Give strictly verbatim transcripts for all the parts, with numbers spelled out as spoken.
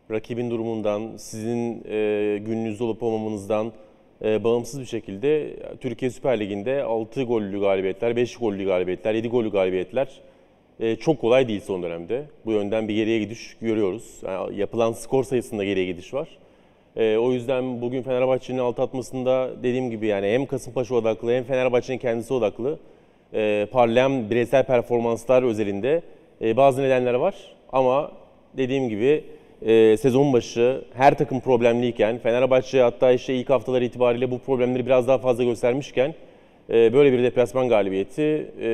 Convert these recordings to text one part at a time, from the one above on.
rakibin durumundan, sizin e, gününüz olup olmamanızdan e, bağımsız bir şekilde Türkiye Süper Ligi'nde altı gollü galibiyetler, beş gollü galibiyetler, yedi gollü galibiyetler e, çok kolay değil son dönemde. Bu yönden bir geriye gidiş görüyoruz. Yani yapılan skor sayısında geriye gidiş var. E, o yüzden bugün Fenerbahçe'nin alt atmasında dediğim gibi yani hem Kasımpaşa odaklı hem Fenerbahçe'nin kendisi odaklı e, parlayan bireysel performanslar özelinde e, bazı nedenler var. Ama dediğim gibi e, sezon başı her takım problemliyken Fenerbahçe hatta işte ilk haftalar itibariyle bu problemleri biraz daha fazla göstermişken e, böyle bir deplasman galibiyeti e,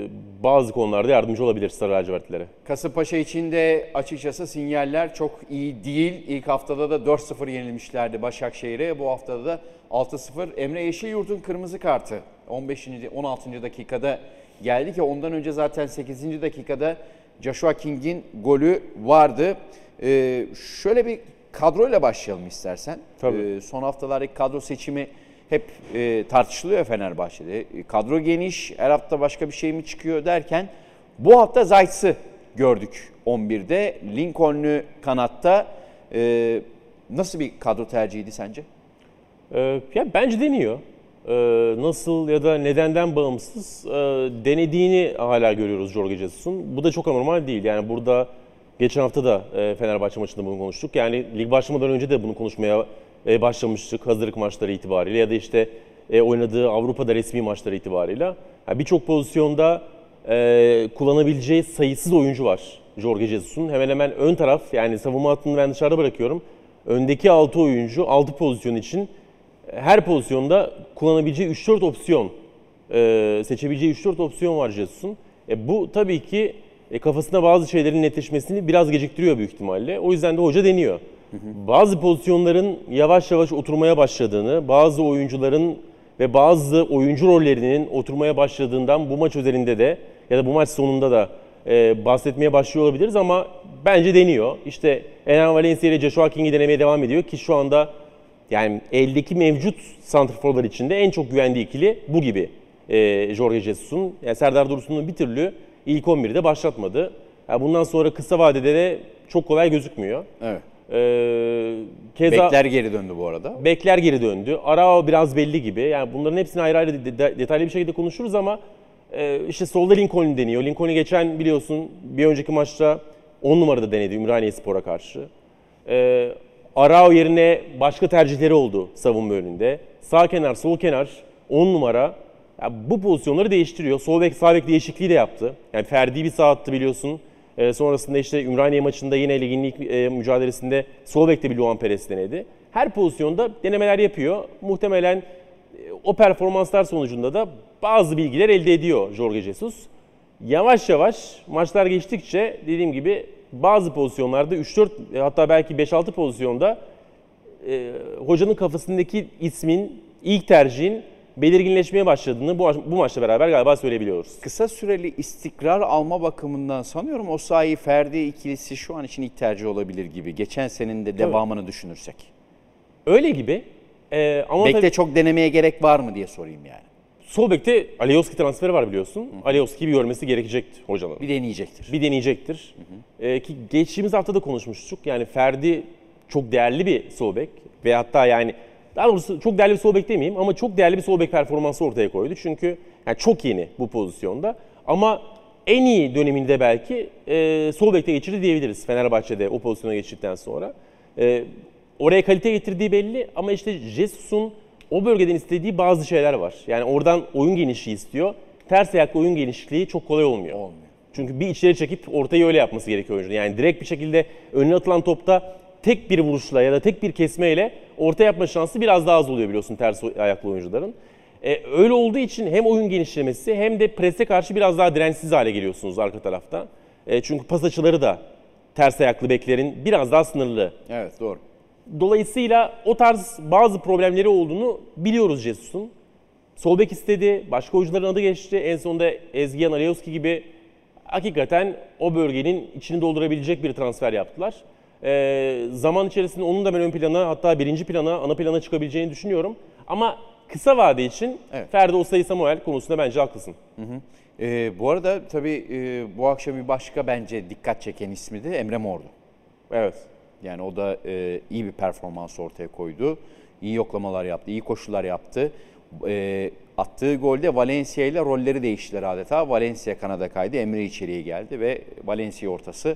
bazı konularda yardımcı olabilir Sarı Lacivertlilere. Kasımpaşa için de açıkçası sinyaller çok iyi değil. İlk haftada da dört sıfır yenilmişlerdi Başakşehir'e. Bu haftada da altı sıfır. Emre Yeşilyurt'un kırmızı kartı on beşinci on altıncı dakikada geldi ki ondan önce zaten sekizinci dakikada Joshua King'in golü vardı. Ee, şöyle bir kadroyla başlayalım istersen. Tabii. Ee, son haftalardaki kadro seçimi hep e, tartışılıyor Fenerbahçe'de. E, kadro geniş, her hafta başka bir şey mi çıkıyor derken bu hafta Zayt'sı gördük on birde. Lincoln'lü kanatta. E, nasıl bir kadro tercihiydi sence? Ee, ya bence deniyor. Ee, nasıl ya da nedenden bağımsız e, denediğini hala görüyoruz Jorge Jesus'un. Bu da çok anormal değil. Yani burada geçen hafta da e, Fenerbahçe maçında bunu konuştuk. Yani lig başlamadan önce de bunu konuşmaya e, başlamıştık hazırlık maçları itibariyle ya da işte e, oynadığı Avrupa'da resmi maçları itibariyle. Yani birçok pozisyonda e, kullanabileceği sayısız oyuncu var Jorge Jesus'un. Hemen hemen ön taraf yani savunma hattını ben dışarıda bırakıyorum. Öndeki altı oyuncu altı pozisyon için her pozisyonda kullanabileceği üç dört opsiyon, e, seçebileceği üç dört opsiyon var Jesus'un. E, bu tabii ki e, kafasında bazı şeylerin netleşmesini biraz geciktiriyor büyük ihtimalle. O yüzden de hoca deniyor. Hı hı. Bazı pozisyonların yavaş yavaş oturmaya başladığını, bazı oyuncuların ve bazı oyuncu rollerinin oturmaya başladığından bu maç özelinde de ya da bu maç sonunda da e, bahsetmeye başlıyor olabiliriz ama bence deniyor. İşte Ener Valencia ile Joshua King'i denemeye devam ediyor ki şu anda yani eldeki mevcut santrforlar içinde en çok güvendiği ikili bu gibi e, Jorge Jesus'un. Yani Serdar Dursun'un bir türlü ilk on birde başlatmadı. Yani bundan sonra kısa vadede de çok kolay gözükmüyor. Evet. Ee, keza, Bekler geri döndü bu arada. Bekler geri döndü. Arao biraz belli gibi. Yani bunların hepsini ayrı ayrı de, de, detaylı bir şekilde konuşuruz ama e, işte solda Lincoln deniyor. Lincoln'u geçen biliyorsun bir önceki maçta on numarada denedi Ümraniyespor'a karşı. Ee, Arao yerine başka tercihleri oldu savunma önünde. Sağ kenar, sol kenar, on numara. Yani bu pozisyonları değiştiriyor. Sol bek, sağ bek değişikliği de yaptı. Yani Ferdi bir sağ attı biliyorsun. Ee, sonrasında işte Ümraniye maçında yine ligin ilk e, mücadelesinde sol bekte bir Luan Perez denedi. Her pozisyonda denemeler yapıyor. Muhtemelen e, o performanslar sonucunda da bazı bilgiler elde ediyor Jorge Jesus. Yavaş yavaş maçlar geçtikçe dediğim gibi bazı pozisyonlarda üç dört hatta belki beş altı pozisyonda e, hocanın kafasındaki ismin, ilk tercihin belirginleşmeye başladığını bu, bu maçla beraber galiba söyleyebiliyoruz. Kısa süreli istikrar alma bakımından sanıyorum Osayi Ferdi ikilisi şu an için ilk tercih olabilir gibi. Geçen senenin de devamını evet. düşünürsek. Öyle gibi. Ee, ama Bekle tabii, çok denemeye gerek var mı diye sorayım yani. Sol bekte Alioski transferi var biliyorsun. Alioski'yi bir görmesi gerekecektir hocanın. Bir deneyecektir. Bir deneyecektir. Hı hı. Ee, ki geçtiğimiz hafta da konuşmuştuk. Yani Ferdi çok değerli bir sol bek ve hatta yani daha doğrusu çok değerli bir sol bek demeyeyim ama çok değerli bir sol bek performansı ortaya koydu. Çünkü yani çok yeni bu pozisyonda. Ama en iyi döneminde belki e, sol bekte geçirdi diyebiliriz Fenerbahçe'de o pozisyona geçtikten sonra. E, oraya kalite getirdiği belli ama işte Jesus'un o bölgeden istediği bazı şeyler var. Yani oradan oyun genişliği istiyor. Ters ayaklı oyun genişliği çok kolay olmuyor. Olmuyor. Çünkü bir içeri çekip ortayı öyle yapması gerekiyor oyuncunun. Yani direkt bir şekilde önüne atılan topta tek bir vuruşla ya da tek bir kesmeyle orta yapma şansı biraz daha az oluyor biliyorsun ters ayaklı oyuncuların. Ee, öyle olduğu için hem oyun genişlemesi hem de prese karşı biraz daha dirençsiz hale geliyorsunuz arka tarafta. Ee, çünkü pas açıları da ters ayaklı beklerin biraz daha sınırlı. Evet doğru. Dolayısıyla o tarz bazı problemleri olduğunu biliyoruz Jesus'un. Sol bek istedi, başka oyuncuların adı geçti. En sonunda Ezgiyan Alioski gibi hakikaten o bölgenin içini doldurabilecek bir transfer yaptılar. Ee, zaman içerisinde onun da ben ön plana hatta birinci plana, ana plana çıkabileceğini düşünüyorum. Ama kısa vade için evet. Ferdi Osayi Samuel konusunda bence haklısın. Hı hı. Ee, bu arada tabii e, bu akşam bir başka bence dikkat çeken ismi de Emre Mor'du. Evet. Yani o da e, iyi bir performans ortaya koydu. İyi yoklamalar yaptı, iyi koşular yaptı. E, attığı golde Valencia ile rolleri değiştiler adeta. Valencia kanada kaydı, Emre içeriye geldi ve Valencia ortası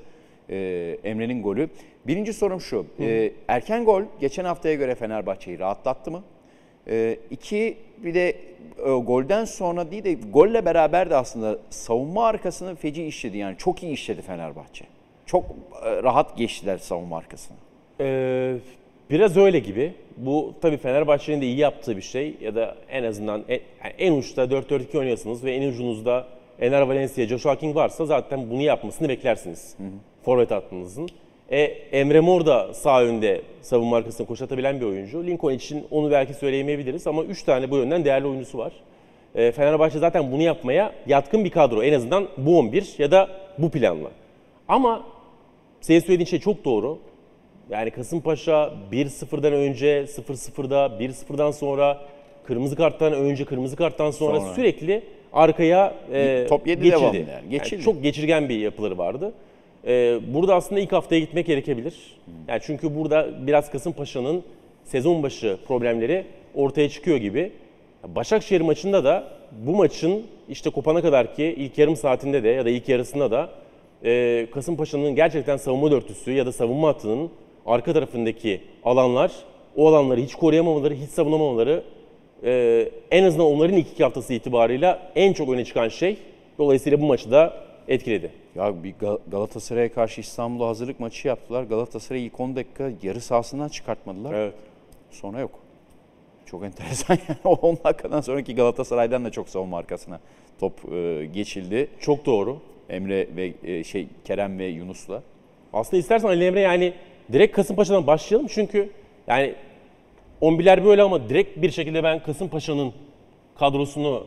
e, Emre'nin golü. Birinci sorum şu, e, erken gol geçen haftaya göre Fenerbahçe'yi rahatlattı mı? E, iki, bir de e, golden sonra değil de golle beraber de aslında savunma arkasını feci işledi. Yani çok iyi işledi Fenerbahçe. Çok e, rahat geçtiler savunma arkasına. Ee, biraz öyle gibi. Bu tabii Fenerbahçe'nin de iyi yaptığı bir şey ya da en azından en, yani en uçta dört dört iki oynuyorsunuz ve en ucunuzda Ener Valencia, Joshua King varsa zaten bunu yapmasını beklersiniz. Hı hı. Forvet hattınızın. E, Emre Mor da sağ önde savunma arkasını koşatabilen bir oyuncu. Lincoln için onu belki söyleyemeyebiliriz ama üç tane bu yönden değerli oyuncusu var. E, Fenerbahçe zaten bunu yapmaya yatkın bir kadro. En azından bu on bir ya da bu planla. Ama senin söylediğin şey çok doğru. Yani Kasımpaşa bir sıfırdan önce, sıfır sıfırda, bir sıfırdan sonra, kırmızı karttan önce, kırmızı karttan sonra, sonra. sürekli arkaya e, top yedi geçirdi. devamlı yani. Geçirdi. Yani çok geçirgen bir yapıları vardı. E, burada aslında ilk haftaya gitmek gerekebilir. Yani çünkü burada biraz Kasımpaşa'nın sezon başı problemleri ortaya çıkıyor gibi. Başakşehir maçında da bu maçın işte kopana kadar ki ilk yarım saatinde de ya da ilk yarısında da e, Kasımpaşa'nın gerçekten savunma dörtlüsü ya da savunma hattının arka tarafındaki alanlar, o alanları hiç koruyamamaları, hiç savunamamaları e, en azından onların ilk iki haftası itibarıyla en çok öne çıkan şey. Dolayısıyla bu maçı da etkiledi. Ya bir Galatasaray'a karşı İstanbul'a hazırlık maçı yaptılar. Galatasaray'ı ilk on dakika yarı sahasından çıkartmadılar. Evet. Sonra yok. Çok enteresan yani. O on dakikadan sonraki Galatasaray'dan da çok savunma arkasına top e, geçildi. Çok doğru. Emre ve e, şey Kerem ve Yunus'la. Aslında istersen Ali Emre yani direkt Kasımpaşa'dan başlayalım çünkü yani on birler böyle ama direkt bir şekilde ben Kasımpaşa'nın kadrosunu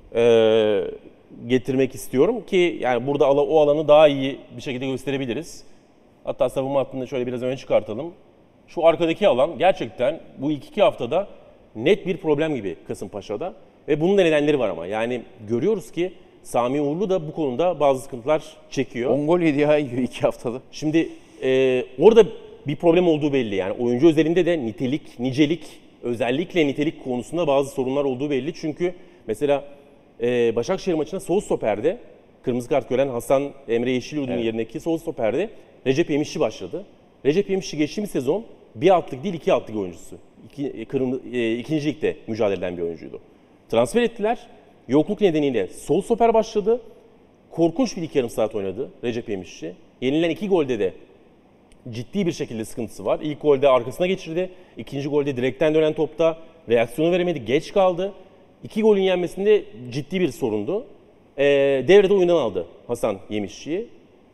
e, getirmek istiyorum ki yani burada o alanı daha iyi bir şekilde gösterebiliriz. Hatta savunma hattını şöyle biraz öne çıkartalım. Şu arkadaki alan gerçekten bu ilk iki haftada net bir problem gibi Kasımpaşa'da ve bunun da nedenleri var ama yani görüyoruz ki Sami Uğurlu da bu konuda bazı sıkıntılar çekiyor. on gol yedi ya iki haftada. Şimdi e, orada bir problem olduğu belli. Yani oyuncu özelinde de nitelik, nicelik, özellikle nitelik konusunda bazı sorunlar olduğu belli. Çünkü mesela e, Başakşehir maçında sol stoperde kırmızı kart gören Hasan Emre Yeşilyurt'un evet. yerindeki sol stoperde Recep Yemişçi başladı. Recep Yemişçi geçtiğimiz sezon bir altlık değil iki altlık oyuncusu. İki, kırmızı, e, ikinci ligde mücadele eden bir oyuncuydu. Transfer ettiler. Yokluk nedeniyle sol stoper başladı. Korkunç bir ilk yarım saat oynadı Recep Yemişçi. Yenilen iki golde de ciddi bir şekilde sıkıntısı var. İlk golde arkasına geçirdi. İkinci golde direkten dönen topta reaksiyonu veremedi. Geç kaldı. İki golün yenmesinde ciddi bir sorundu. E, devrede oyundan aldı Hasan Yemişçi'yi.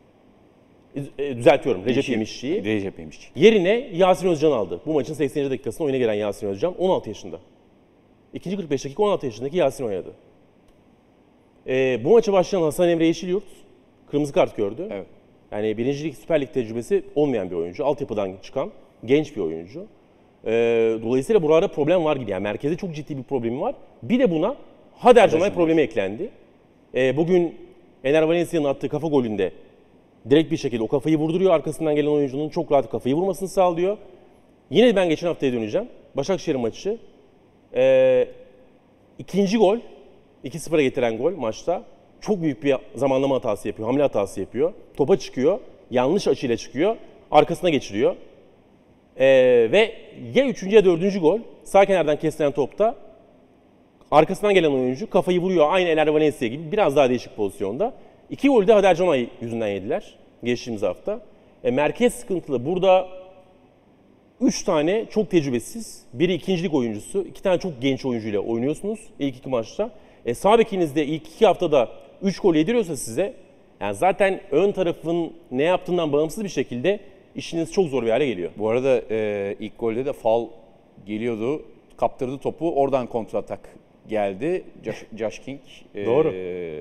E, düzeltiyorum Recep Yemişçi'yi. Recep Yemişçi. Yerine Yasin Özcan aldı. Bu maçın sekseninci dakikasında oyuna gelen Yasin Özcan on altı yaşında. İkinci kırk beş dakika on altı yaşındaki Yasin oynadı. E, bu maça başlayan Hasan Emre Yeşilyurt kırmızı kart gördü. Evet. Yani birinci Lig Süper Lig tecrübesi olmayan bir oyuncu. Altyapıdan çıkan genç bir oyuncu. E, dolayısıyla burada problem var gibi. Yani merkezde çok ciddi bir problemi var. Bir de buna Hader Canay problemi eklendi. E, bugün Ener Valencia'nın attığı kafa golünde direkt bir şekilde o kafayı vurduruyor. Arkasından gelen oyuncunun çok rahat kafayı vurmasını sağlıyor. Yine ben geçen haftaya döneceğim. Başakşehir maçı. E, ikinci gol, iki sıfıra getiren gol maçta. Çok büyük bir zamanlama hatası yapıyor, hamle hatası yapıyor. Topa çıkıyor, yanlış açıyla çıkıyor, arkasına geçiriyor. Ee, ve ya üçüncü ya dördüncü gol sağ kenardan kesilen topta arkasından gelen oyuncu kafayı vuruyor. Aynı Ener Valencia gibi biraz daha değişik pozisyonda. İki golü de Hader Canay yüzünden yediler geçtiğimiz hafta. E, merkez sıkıntılı. Burada üç tane çok tecrübesiz, biri ikincilik oyuncusu, iki tane çok genç oyuncuyla oynuyorsunuz ilk iki maçta. E, sağ bekiniz de ilk iki haftada üç gol yediriyorsa size, yani zaten ön tarafın ne yaptığından bağımsız bir şekilde işiniz çok zor bir hale geliyor. Bu arada e, ilk golde de faul geliyordu, kaptırdı topu, oradan kontratak geldi. Josh, Josh King. E, Doğru.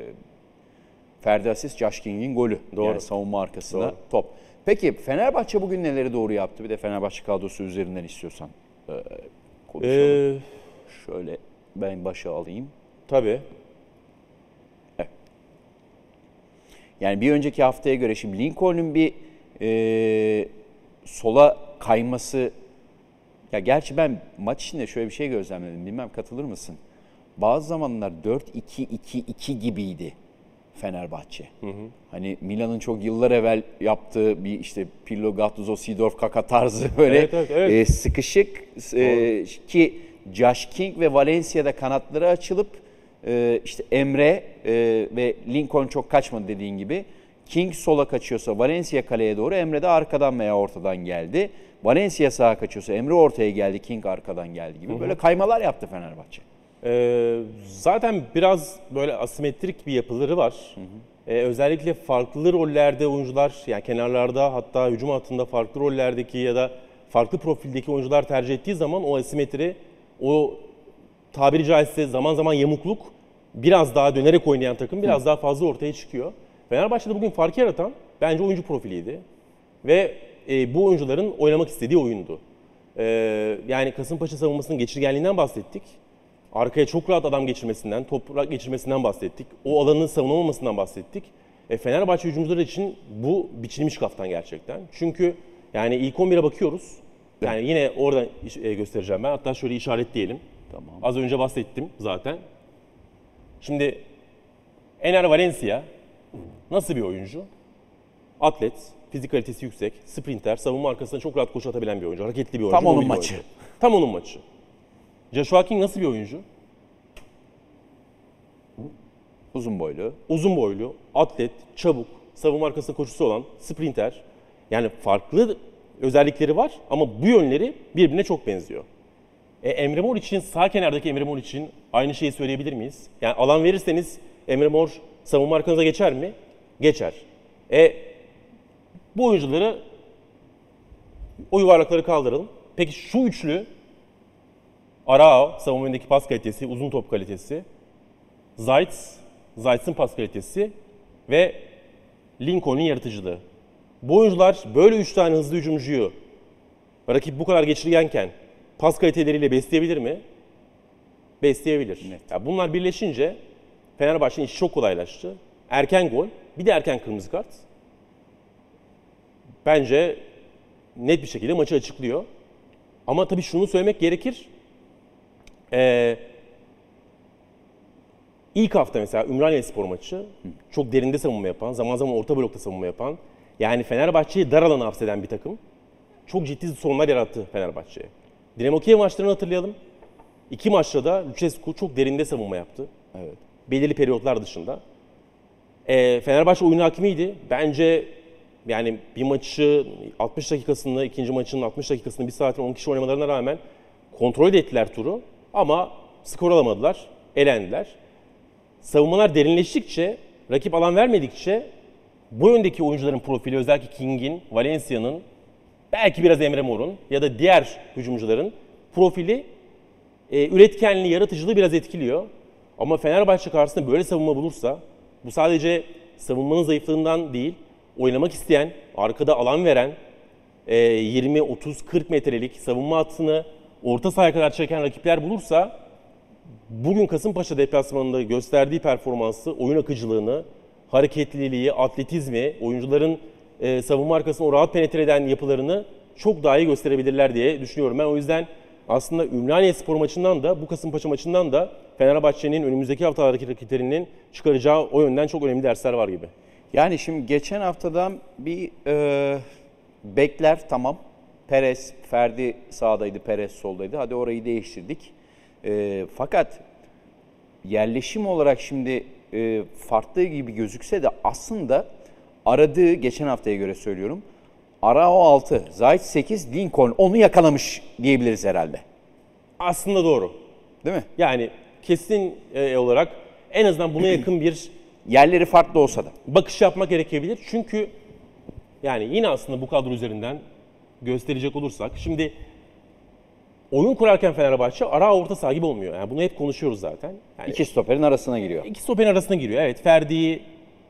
Ferdi Aziz, Josh King'in golü. Doğru. Yani savunma arkasına Doğru. top. Peki Fenerbahçe bugün neleri doğru yaptı? Bir de Fenerbahçe kadrosu üzerinden istiyorsan e, konuşalım. Ee, Şöyle ben başa alayım. Tabii. Evet. Yani bir önceki haftaya göre şimdi Lincoln'un bir e, sola kayması, ya gerçi ben maç içinde şöyle bir şey gözlemledim. Bilmem katılır mısın? Bazı zamanlar dört iki iki iki gibiydi Fenerbahçe. Hı hı. Hani Milan'ın çok yıllar evvel yaptığı bir işte Pirlo, Gattuso, Seedorf, Kaka tarzı böyle evet, evet, evet. E, sıkışık e, ki Josh King ve Valencia'da kanatları açılıp e, işte Emre e, ve Lincoln çok kaçmadı dediğin gibi. King sola kaçıyorsa Valencia kaleye doğru, Emre de arkadan veya ortadan geldi. Valencia sağa kaçıyorsa Emre ortaya geldi, King arkadan geldi gibi. Hı hı. Böyle kaymalar yaptı Fenerbahçe. Ee, zaten biraz böyle asimetrik bir yapıları var. Hı hı. Ee, özellikle farklı rollerde oyuncular, yani kenarlarda hatta hücum hattında farklı rollerdeki ya da farklı profildeki oyuncular tercih ettiği zaman o asimetri, o tabiri caizse zaman zaman yamukluk, biraz daha dönerek oynayan takım biraz hı. daha fazla ortaya çıkıyor. Fenerbahçe'de bugün farkı yaratan bence oyuncu profiliydi. Ve e, bu oyuncuların oynamak istediği oyundu. E, yani Kasımpaşa savunmasının geçirgenliğinden bahsettik. Arkaya çok rahat adam geçirmesinden, top geçirmesinden bahsettik. O alanın savunulmamasından bahsettik. E, Fenerbahçe hücumcuları için bu biçilmiş kaftan gerçekten. Çünkü yani ilk on bire bakıyoruz. Yani yine oradan e, göstereceğim ben. Hatta şöyle işaretleyelim. Tamam. Az önce bahsettim zaten. Şimdi Ener Valencia nasıl bir oyuncu? Atlet, fizik kalitesi yüksek, sprinter, savunma arkasında çok rahat koşu atabilen bir oyuncu. Hareketli bir oyuncu. Tam onun maçı. Oyuncu. Tam onun maçı. Joshua King nasıl bir oyuncu? Uzun boylu. Uzun boylu, atlet, çabuk, savunma arkasında koşusu olan, sprinter. Yani farklı özellikleri var ama bu yönleri birbirine çok benziyor. E, Emre Mor için, sağ kenardaki Emre Mor için aynı şeyi söyleyebilir miyiz? Yani alan verirseniz Emre Mor savunma arkanıza geçer mi? Geçer. E, bu oyuncuları, o yuvarlakları kaldıralım. Peki şu üçlü, Arao, savunma önündeki pas kalitesi, uzun top kalitesi, Zayt, Zayt'ın pas kalitesi ve Lincoln'un yaratıcılığı. Bu oyuncular böyle üç tane hızlı hücumcuyu rakip bu kadar geçirgenken pas kaliteleriyle besleyebilir mi? Besleyebilir. Yani bunlar birleşince Fenerbahçe'nin işi çok kolaylaştı. Erken gol, bir de erken kırmızı kart. Bence net bir şekilde maçı açıklıyor. Ama tabii şunu söylemek gerekir. Ee, ilk hafta mesela Ümraniyespor maçı çok derinde savunma yapan, zaman zaman orta blokta savunma yapan, yani Fenerbahçe'yi dar alana hapseden bir takım. Çok ciddi sorunlar yarattı Fenerbahçe'ye. Dinamo Kiev maçlarını hatırlayalım. İki maçta da Lucescu çok derinde savunma yaptı. Evet. Belirli periyotlar dışında. Ee, Fenerbahçe oyun hakimiydi. Bence yani bir maçı altmış dakikasında, ikinci maçın altmış dakikasında bir saatin on kişi oynamalarına rağmen kontrol ettiler turu. Ama skor alamadılar, elendiler. Savunmalar derinleştikçe, rakip alan vermedikçe bu yöndeki oyuncuların profili, özellikle King'in, Valencia'nın, belki biraz Emre Mor'un ya da diğer hücumcuların profili, e, üretkenliği, yaratıcılığı biraz etkiliyor. Ama Fenerbahçe karşısında böyle savunma bulursa, bu sadece savunmanın zayıflığından değil, oynamak isteyen, arkada alan veren, e, yirmi, otuz, kırk metrelik savunma hattını orta sahaya kadar çeken rakipler bulursa, bugün Kasımpaşa deplasmanında gösterdiği performansı, oyun akıcılığını, hareketliliği, atletizmi, oyuncuların e, savunma arkasına o rahat penetre eden yapılarını çok daha iyi gösterebilirler diye düşünüyorum. Ben o yüzden aslında Ümraniyespor maçından da, bu Kasımpaşa maçından da Fenerbahçe'nin önümüzdeki haftalardaki rakiplerinin çıkaracağı o yönden çok önemli dersler var gibi. Yani şimdi geçen haftadan bir e, bekler tamam. Perez, Ferdi sağdaydı, Perez soldaydı. Hadi orayı değiştirdik. E, fakat yerleşim olarak şimdi e, farklı gibi gözükse de aslında aradığı, geçen haftaya göre söylüyorum, Arao altı, Zayt sekiz, Lincoln onu yakalamış diyebiliriz herhalde. Aslında doğru. Değil mi? Yani kesin e, olarak en azından buna yakın bir yerleri farklı olsa da bakış yapmak gerekebilir. Çünkü yani yine aslında bu kadro üzerinden gösterecek olursak, şimdi oyun kurarken Fenerbahçe ara orta saha gibi olmuyor. Yani bunu hep konuşuyoruz zaten. Yani İki stoperin arasına giriyor. İki stoperin arasına giriyor. Evet, Ferdi'yi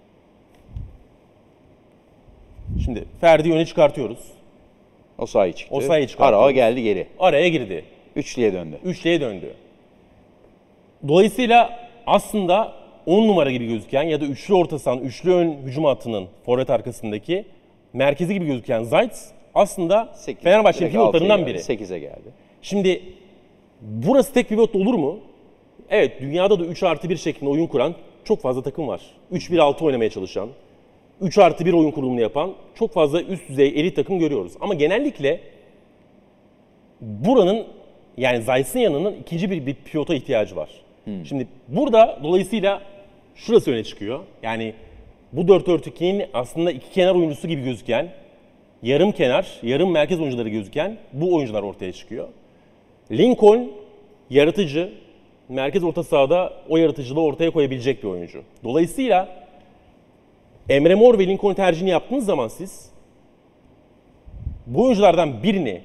şimdi Ferdi'yi öne çıkartıyoruz. O sahayı çıktı. O sahayı çıkartıyoruz. Arao geldi geri. Araya girdi. Üçlüye döndü. Üçlüye döndü. Dolayısıyla aslında on numara gibi gözüken ya da üçlü orta sahanın, üçlü ön hücum hattının forvet arkasındaki merkezi gibi gözüken Zayt aslında sekiz, Fenerbahçe'nin direkt pivotlarından altıya biri. geldi, sekize geldi. Şimdi burası tek pivot olur mu? Evet, dünyada da üç artı bir şeklinde oyun kuran çok fazla takım var. üç bir altı oynamaya çalışan, üç artı bir oyun kurulumunu yapan çok fazla üst düzey elit takım görüyoruz. Ama genellikle buranın, yani Zaytsenya'nın ikinci bir, bir pivota ihtiyacı var. Hmm. Şimdi burada dolayısıyla şurası öne çıkıyor. Yani bu dört dört ikinin aslında iki kenar oyuncusu gibi gözüken, yarım kenar, yarım merkez oyuncuları gözüken bu oyuncular ortaya çıkıyor. Lincoln yaratıcı, merkez orta sahada o yaratıcılığı ortaya koyabilecek bir oyuncu. Dolayısıyla Emre Mor ve Lincoln tercihini yaptığınız zaman siz bu oyunculardan birini,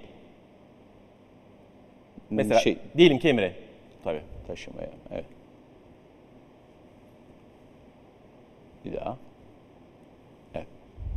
mesela şey, diyelim ki Emre tabii taşımaya, evet. Bir daha. Evet.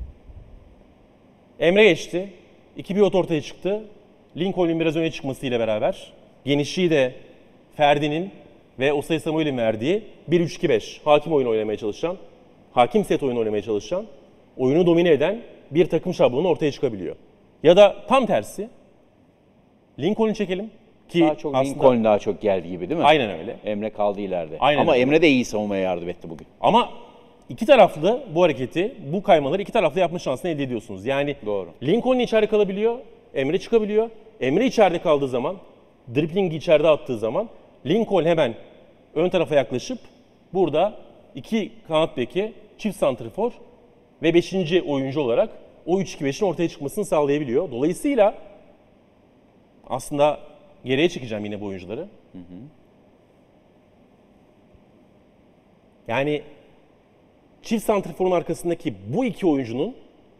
Emre geçti. İki pivot ortaya çıktı. Lincoln'un biraz öne çıkmasıyla beraber genişliği de Ferdi'nin ve Osayi Samuel'in verdiği bir üç iki beş hakim oyunu oynamaya çalışan, hakim set oyunu oynamaya çalışan, oyunu domine eden bir takım şablonu ortaya çıkabiliyor. Ya da tam tersi Lincoln'u çekelim ki daha çok aslında Lincoln daha çok geldi gibi değil mi? Aynen öyle. Emre kaldı ileride. Aynen Ama öyle. Emre de iyi savunmaya yardım etti bugün. Ama iki taraflı bu hareketi, bu kaymaları iki taraflı yapma şansını elde ediyorsunuz. Yani doğru. Lincoln içeride kalabiliyor, Emre çıkabiliyor. Emre içeride kaldığı zaman, driblingi içeride attığı zaman Lincoln hemen ön tarafa yaklaşıp burada iki kanat beki, çift santrifor ve beşinci oyuncu olarak o üç iki beşin ortaya çıkmasını sağlayabiliyor. Dolayısıyla aslında geriye çekeceğim yine bu oyuncuları. Hı hı. Yani çift santriforun arkasındaki bu iki oyuncunun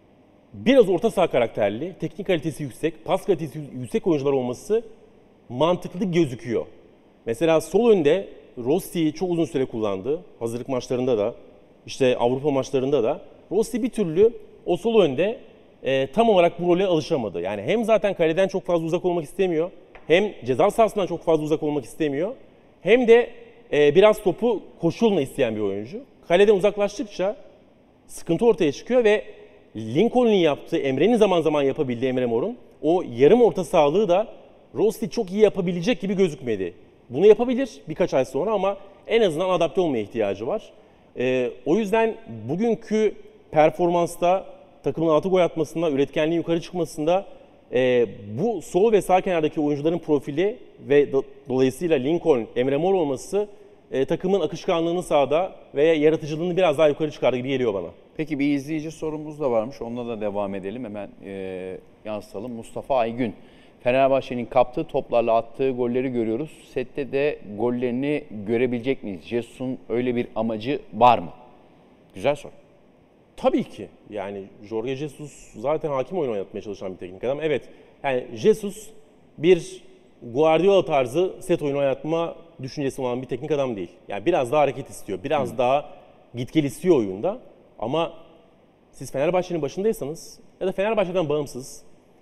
biraz orta saha karakterli, teknik kalitesi yüksek, pas kalitesi yüksek oyuncular olması mantıklı gözüküyor. Mesela sol önde Rossi'yi çok uzun süre kullandı. Hazırlık maçlarında da, işte Avrupa maçlarında da. Rossi bir türlü o sol önde e, tam olarak bu role alışamadı. Yani hem zaten kaleden çok fazla uzak olmak istemiyor, hem ceza sahasından çok fazla uzak olmak istemiyor, hem de e, biraz topu koşulma isteyen bir oyuncu. Kaleden uzaklaştıkça sıkıntı ortaya çıkıyor ve Lincoln'un yaptığı, Emre'nin zaman zaman yapabildiği Emre Mor'un o yarım orta sahalığı da Rossi çok iyi yapabilecek gibi gözükmedi. Bunu yapabilir birkaç ay sonra ama en azından adapte olmaya ihtiyacı var. Ee, o yüzden bugünkü performansta, takımın altı gol atmasında, üretkenliğin yukarı çıkmasında e, bu sol ve sağ kenardaki oyuncuların profili ve do- dolayısıyla Lincoln, Emre Mor olması e, takımın akışkanlığını sağda veya yaratıcılığını biraz daha yukarı çıkardı gibi geliyor bana. Peki bir izleyici sorumuz da varmış. Onunla da devam edelim. Hemen e, yansıtalım. Mustafa Aygün. Fenerbahçe'nin kaptığı toplarla attığı golleri görüyoruz. Sette de gollerini görebilecek miyiz? Jesus'un öyle bir amacı var mı? Güzel soru. Tabii ki. Yani Jorge Jesus zaten hakim oyun oynatmaya çalışan bir teknik adam. Evet. Yani Jesus bir Guardiola tarzı set oyunu oynatma düşüncesi olan bir teknik adam değil. Yani biraz daha hareket istiyor. Biraz hmm. daha git gel istiyor oyunda. Ama siz Fenerbahçe'nin başındaysanız ya da Fenerbahçe'den bağımsız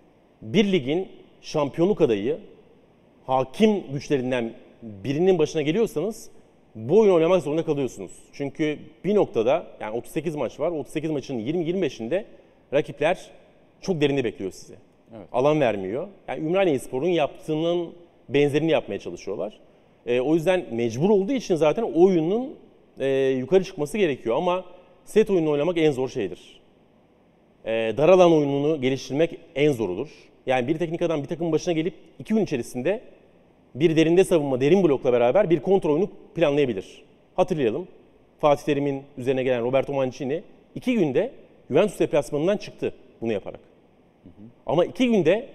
bir ligin şampiyonluk adayı, hakim güçlerinden birinin başına geliyorsanız bu oyunu oynamak zorunda kalıyorsunuz. Çünkü bir noktada, yani otuz sekiz maç var, otuz sekiz maçın yirmi yirmi beşinde rakipler çok derinde bekliyor sizi. Evet. Alan vermiyor. Yani Ümraniyespor'un yaptığının benzerini yapmaya çalışıyorlar. E, o yüzden mecbur olduğu için zaten oyunun e, yukarı çıkması gerekiyor. Ama set oyunu oynamak en zor şeydir. E, dar alan oyununu geliştirmek en zorudur. Yani bir teknik adam bir takımın başına gelip iki gün içerisinde bir derinde savunma, derin blokla beraber bir kontrol oyunu planlayabilir. Hatırlayalım, Fatih Terim'in üzerine gelen Roberto Mancini iki günde Juventus deplasmanından çıktı bunu yaparak. Hı hı. Ama iki günde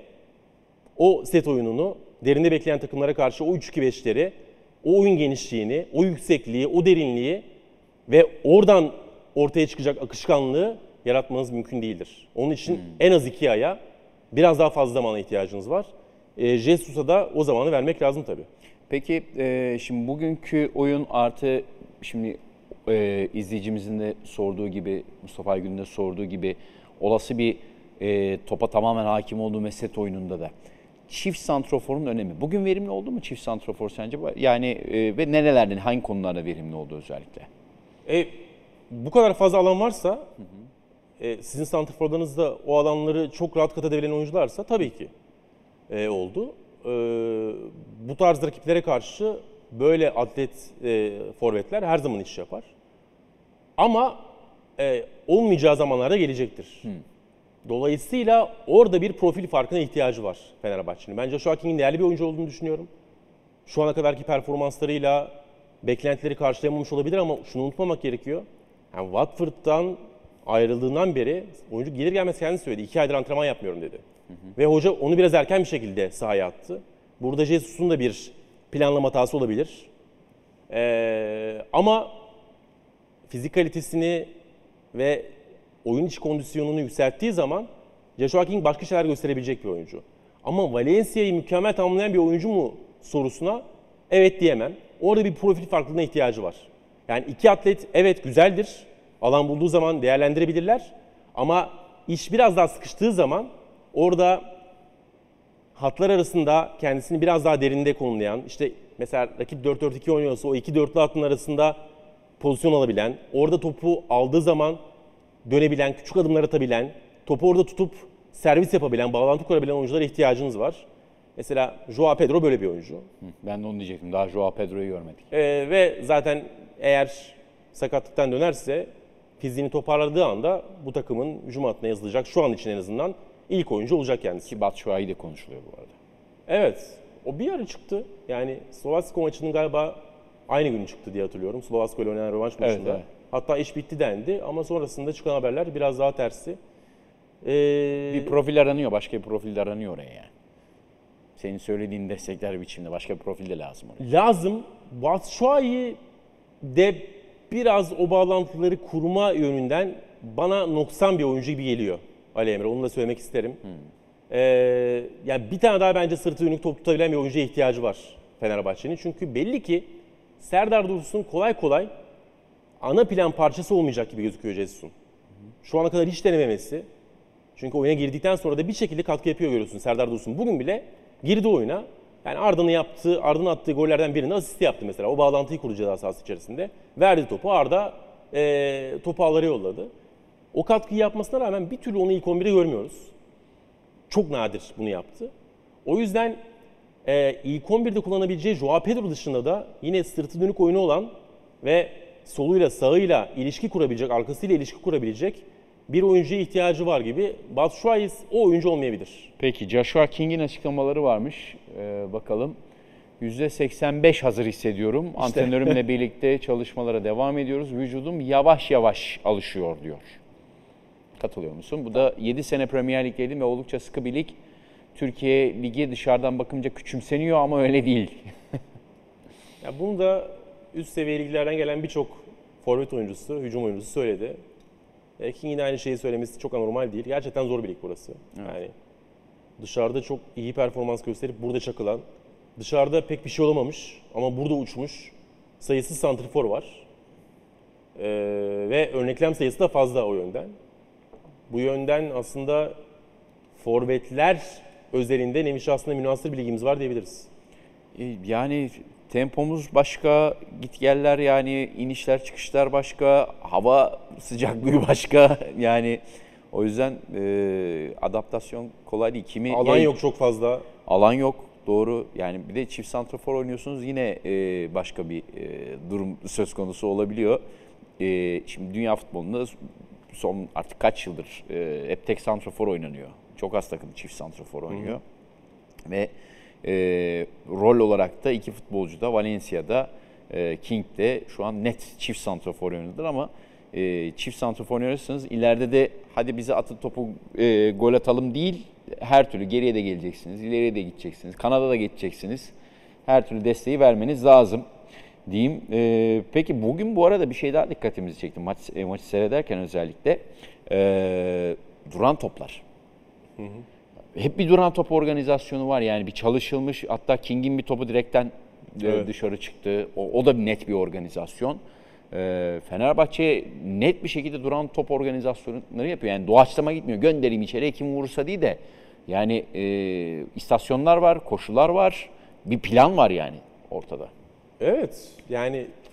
o set oyununu, derinde bekleyen takımlara karşı o üç iki beşleri, o oyun genişliğini, o yüksekliği, o derinliği ve oradan ortaya çıkacak akışkanlığı yaratmanız mümkün değildir. Onun için hmm. en az iki aya biraz daha fazla zamana ihtiyacınız var. E, Jesus'a da o zamanı vermek lazım tabii. Peki e, şimdi bugünkü oyun artı şimdi e, izleyicimizin de sorduğu gibi, Mustafa Aygün'ün de sorduğu gibi olası bir e, topa tamamen hakim olduğu meset oyununda da çift santroforun önemi. Bugün verimli oldu mu çift santrofor sence? Yani e, ve nerelerden, hangi konularda verimli oldu özellikle? E, bu kadar fazla alan varsa hı hı. e, sizin santrforlarınız da o alanları çok rahat kat edebilen oyuncularsa tabii ki e, oldu. E, bu tarz rakiplere karşı böyle atlet e, forvetler her zaman iş yapar. Ama e, olmayacağı zamanlarda gelecektir. Hmm. Dolayısıyla orada bir profil farkına ihtiyacı var Fenerbahçe'nin. Bence Joshua King'in değerli bir oyuncu olduğunu düşünüyorum. Şu ana kadarki performanslarıyla beklentileri karşılayamamış olabilir ama şunu unutmamak gerekiyor. Yani Watford'dan ayrıldığından beri oyuncu gelir gelmez kendisi söyledi. İki aydır antrenman yapmıyorum dedi. Hı hı. Ve hoca onu biraz erken bir şekilde sahaya attı. Burada Jesus'un da bir planlama hatası olabilir. Ee, ama fizik kalitesini ve oyun içi kondisyonunu yükselttiği zaman Joshua King başka şeyler gösterebilecek bir oyuncu. Ama Valencia'yı mükemmel tamamlayan bir oyuncu mu sorusuna evet diyemem. Orada bir profil farklılığına ihtiyacı var. Yani iki atlet evet güzeldir. Alan bulduğu zaman değerlendirebilirler. Ama iş biraz daha sıkıştığı zaman orada hatlar arasında kendisini biraz daha derinde konumlayan, işte mesela rakip dört dört iki oynuyorsa o iki dörtlü hattın arasında pozisyon alabilen, orada topu aldığı zaman dönebilen, küçük adımlar atabilen, topu orada tutup servis yapabilen, bağlantı kurabilen oyunculara ihtiyacınız var. Mesela Joao Pedro böyle bir oyuncu. Ben de onu diyecektim. Daha Joao Pedro'yu görmedik. Ee, ve zaten eğer sakatlıktan dönerse fiziğini toparladığı anda bu takımın hücum hattına yazılacak. Şu an için en azından ilk oyuncu olacak kendisi. Ki Batshuayi de konuşuluyor bu arada. Evet. O bir ara çıktı. Yani Slovasko maçının galiba aynı gün çıktı diye hatırlıyorum. Slovasko ile oynanan rövanş maçında. Evet, evet. Hatta iş bitti dendi ama sonrasında çıkan haberler biraz daha tersi. Ee, bir profil aranıyor. Başka bir profil de aranıyor oraya yani. Senin söylediğin destekler biçimde başka bir profil de lazım oraya. Lazım. Batshuayi de biraz o bağlantıları kurma yönünden bana noksan bir oyuncu gibi geliyor Ali Emre. Onu da söylemek isterim. Hmm. Ee, yani bir tane daha bence sırtı dönük top tutabilen bir oyuncuya ihtiyacı var Fenerbahçe'nin. Çünkü belli ki Serdar Dursun kolay kolay ana plan parçası olmayacak gibi gözüküyor Jesus'un. Şu ana kadar hiç denememesi. Çünkü oyuna girdikten sonra da bir şekilde katkı yapıyor görüyorsun Serdar Dursun. Bugün bile girdi oyuna. Yani Arda'nın yaptığı, Arda'nın attığı gollerden birinde asist yaptı mesela. O bağlantıyı kurdu ceza sahası içerisinde. Verdi topu. Arda e, topu ağlara yolladı. O katkıyı yapmasına rağmen bir türlü onu ilk on birde görmüyoruz. Çok nadir bunu yaptı. O yüzden e, ilk on birde kullanabileceği Joao Pedro dışında da yine sırtı dönük oyunu olan ve soluyla sağıyla ilişki kurabilecek, arkasıyla ilişki kurabilecek bir oyuncuya ihtiyacı var gibi. Batshuayi o oyuncu olmayabilir. Peki Joshua King'in açıklamaları varmış. Ee, bakalım. yüzde seksen beş hazır hissediyorum. İşte. Antrenörümle birlikte çalışmalara devam ediyoruz. Vücudum yavaş yavaş alışıyor diyor. Katılıyor musun? Bu da yedi sene Premier Lig'deydim ve oldukça sıkı bir lig. Türkiye Ligi dışarıdan bakınca küçümseniyor ama öyle değil. Ya bunu da üst seviye liglerden gelen birçok forvet oyuncusu, hücum oyuncusu söyledi. King'in aynı şeyi söylemesi çok anormal değil. Gerçekten zor bir lig burası. Evet. Yani dışarıda çok iyi performans gösterip burada çakılan, dışarıda pek bir şey olamamış ama burada uçmuş sayısız santrifor var. Ee, ve örneklem sayısı da fazla o yönden. Bu yönden aslında forvetler özelinde nevi şahsına münhasır bir ligimiz var diyebiliriz. Yani tempomuz başka, gitgeller yani inişler çıkışlar başka, hava sıcaklığı başka. Yani o yüzden e, adaptasyon kolay değil. Kimi alan yok çok fazla. Alan yok doğru. Yani bir de çift santrafor oynuyorsunuz yine e, başka bir e, durum söz konusu olabiliyor. E, şimdi dünya futbolunda son artık kaç yıldır e, hep tek santrafor oynanıyor. Çok az takım çift santrafor oynuyor. Hı-hı. Ve e, rol olarak da iki futbolcu da Valencia'da, e, King'de şu an net çift santrafor oynadılar ama e, çift santrafor oynarsanız ileride de hadi bize atın topu e, gol atalım değil, her türlü geriye de geleceksiniz, ileriye de gideceksiniz, kanada da geçeceksiniz. Her türlü desteği vermeniz lazım diyeyim. E, peki bugün bu arada bir şey daha dikkatimizi çekti maç, e, maçı seyrederken özellikle. E, duran toplar. Hı hı. Hep bir duran top organizasyonu var yani bir çalışılmış, hatta King'in bir topu direkten evet. dışarı çıktı. O, o da net bir organizasyon. E, Fenerbahçe net bir şekilde duran top organizasyonları yapıyor. Yani doğaçlama gitmiyor. Göndereyim içeriye kim vurursa değil de yani e, istasyonlar var, koşular var, bir plan var yani ortada. Evet yani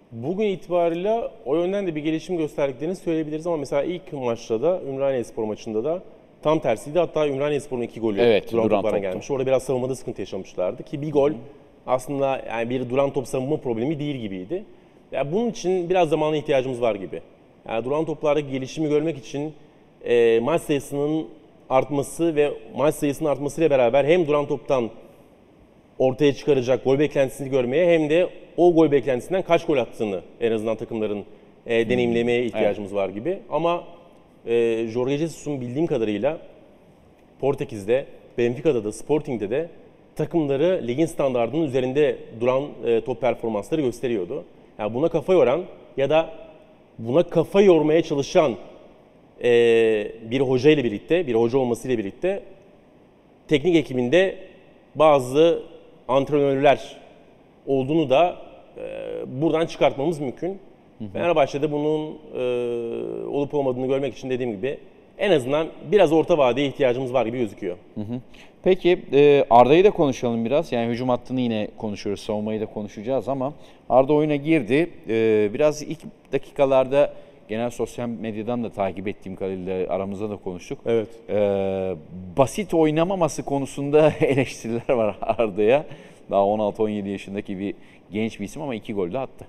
Bugün itibariyle o yönden de bir gelişim gösterdiklerini söyleyebiliriz ama mesela ilk maçta da Ümraniyespor maçında da tam tersiydi. Hatta Ümraniyespor'un iki golü Evet, duran, duran toplara toptu. gelmiş. Orada biraz savunmada sıkıntı yaşamışlardı ki bir gol aslında yani bir duran top savunma problemi değil gibiydi. Yani bunun için biraz zamana ihtiyacımız var gibi. Yani duran toplardaki gelişimi görmek için e, maç sayısının artması ve maç sayısının artmasıyla beraber hem duran toptan ortaya çıkaracak gol beklentisini görmeye hem de o gol beklentisinden kaç gol attığını en azından takımların e, deneyimlemeye ihtiyacımız var gibi. Ama e, Jorge Jesus'un bildiğim kadarıyla Portekiz'de, Benfica'da da, Sporting'de de takımları ligin standardının üzerinde duran e, top performansları gösteriyordu. Yani buna kafa yoran ya da buna kafa yormaya çalışan e, bir hoca ile birlikte, bir hoca olmasıyla birlikte teknik ekibinde bazı antrenörler olduğunu da e, buradan çıkartmamız mümkün. Hı hı. Fenerbahçe'de bunun e, olup olmadığını görmek için dediğim gibi en azından biraz orta vadeye ihtiyacımız var gibi gözüküyor. Hı hı. Peki e, Arda'yı da konuşalım biraz. Yani hücum hattını yine konuşuyoruz, savunmayı da konuşacağız ama Arda oyuna girdi. E, biraz ilk dakikalarda genel sosyal medyadan da takip ettiğim kadarıyla aramızda da konuştuk. Evet. E, basit oynamaması konusunda eleştiriler var Arda'ya. Daha on altı on yedi yaşındaki bir genç bir isim ama iki gol de attı.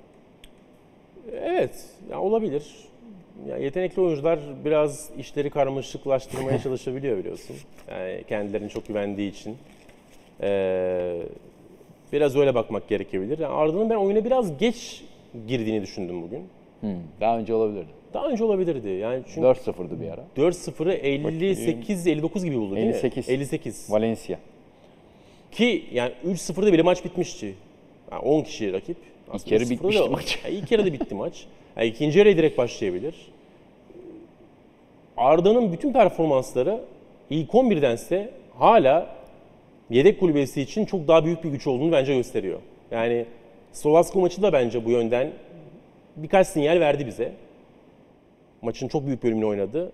Evet, ya olabilir. Ya yetenekli oyuncular biraz işleri karmaşıklaştırmaya çalışabiliyor biliyorsun. Yani kendilerine çok güvendiği için. Ee, biraz öyle bakmak gerekebilir. Yani Arda'nın ben oyuna biraz geç girdiğini düşündüm bugün. Hmm, daha önce olabilirdi. Daha önce olabilirdi. Yani çünkü dört sıfırdı bir ara. dört sıfırı elli sekiz elli dokuz gibi buldu değil elli sekiz. mi? elli sekiz. Valencia. Ki yani üç sıfırda bile maç bitmişti. Yani on kişi rakip. İlk kere bitmişti da, maç. Yani ilk kere de bitti maç. Yani ikinci yarıya direkt başlayabilir. Arda'nın bütün performansları ilk on birdense hala yedek kulübesi için çok daha büyük bir güç olduğunu bence gösteriyor. Yani Slovasko maçı da bence bu yönden birkaç sinyal verdi bize. Maçın çok büyük bölümünü oynadı.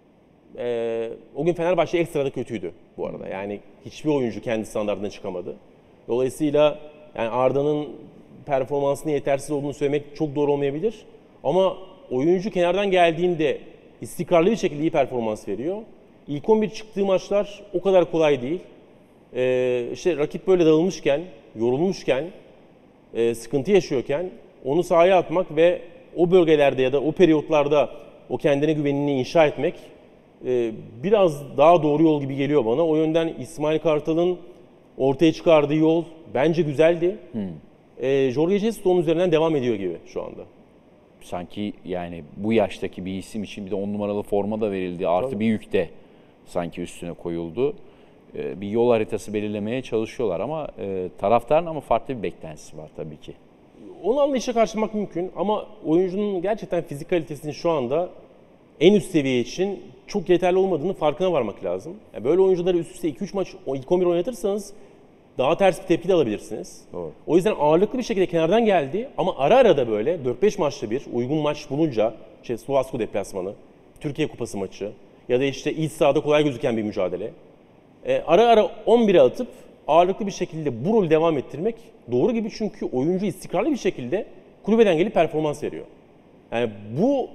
Ee, o gün Fenerbahçe ekstrada kötüydü bu arada. Yani hiçbir oyuncu kendi standartına çıkamadı. Dolayısıyla yani Arda'nın performansının yetersiz olduğunu söylemek çok doğru olmayabilir. Ama oyuncu kenardan geldiğinde istikrarlı bir şekilde iyi performans veriyor. İlk on bir çıktığı maçlar o kadar kolay değil. Ee, işte rakip böyle dağılmışken, yorulmuşken, e, sıkıntı yaşıyorken onu sahaya atmak ve o bölgelerde ya da o periyotlarda o kendine güvenini inşa etmek e, biraz daha doğru yol gibi geliyor bana. O yönden İsmail Kartal'ın ortaya çıkardığı yol bence güzeldi. Hmm. E, Jorge Jesus onun üzerinden devam ediyor gibi şu anda. Sanki yani bu yaştaki bir isim için bir de on numaralı forma da verildi. Artı Tabii. bir yük de sanki üstüne koyuldu. Ee, bir yol haritası belirlemeye çalışıyorlar ama e, taraftarın ama farklı bir beklentisi var tabii ki. Onu anlayışla karşılamak mümkün ama oyuncunun gerçekten fizik kalitesinin şu anda en üst seviye için çok yeterli olmadığını farkına varmak lazım. Yani böyle oyuncuları üst üste iki üç maç ilk on bir oynatırsanız daha ters bir tepki de alabilirsiniz. Doğru. O yüzden ağırlıklı bir şekilde kenardan geldi ama ara ara da böyle dört beş maçta bir uygun maç bulunca işte Slovasko deplasmanı, Türkiye Kupası maçı ya da işte iç sahada kolay gözüken bir mücadele. E, ara ara on bire atıp ağırlıklı bir şekilde bu rolü devam ettirmek doğru gibi çünkü oyuncu istikrarlı bir şekilde kulübeden gelip performans veriyor. Yani bu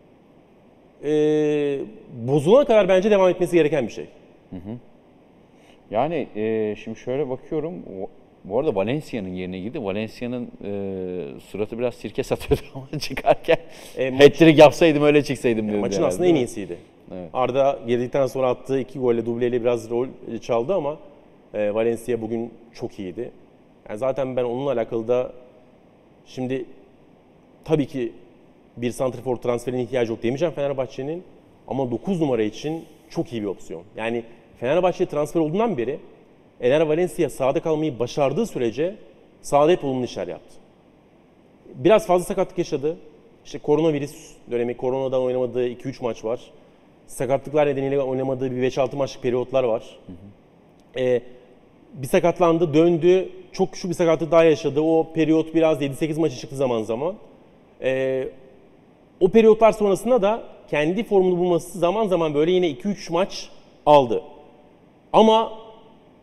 e, bozulana kadar bence devam etmesi gereken bir şey. Hı hı. Yani e, şimdi şöyle bakıyorum, bu arada Valencia'nın yerine girdi. Valencia'nın e, suratı biraz sirke satıyordu ama çıkarken e, hat-trick yapsaydım öyle çıksaydım diyordu. Maçın herhalde, aslında en iyisiydi. Evet. Arda girdikten sonra attığı iki golle, dubleyle biraz rol çaldı ama e, Valencia bugün çok iyiydi. Yani zaten ben onunla alakalı da şimdi tabii ki bir santrafor transferine ihtiyacı yok demeyeceğim Fenerbahçe'nin ama dokuz numara için çok iyi bir opsiyon. Yani Fenerbahçe transfer olduğundan beri eğer Valencia sahada kalmayı başardığı sürece sahada hep olumlu işler yaptı. Biraz fazla sakatlık yaşadı. İşte koronavirüs dönemi, koronadan oynamadığı iki üç maç var. Sakatlıklar nedeniyle oynamadığı bir beş altı maçlık periyotlar var. Hı hı. Ee, bir sakatlandı, döndü. Çok güçlü bir sakatlık daha yaşadı. O periyot biraz yedi sekiz maçı çıktı zaman zaman. Ee, o periyotlar sonrasında da kendi formunu bulması zaman zaman böyle yine iki üç maç aldı. Ama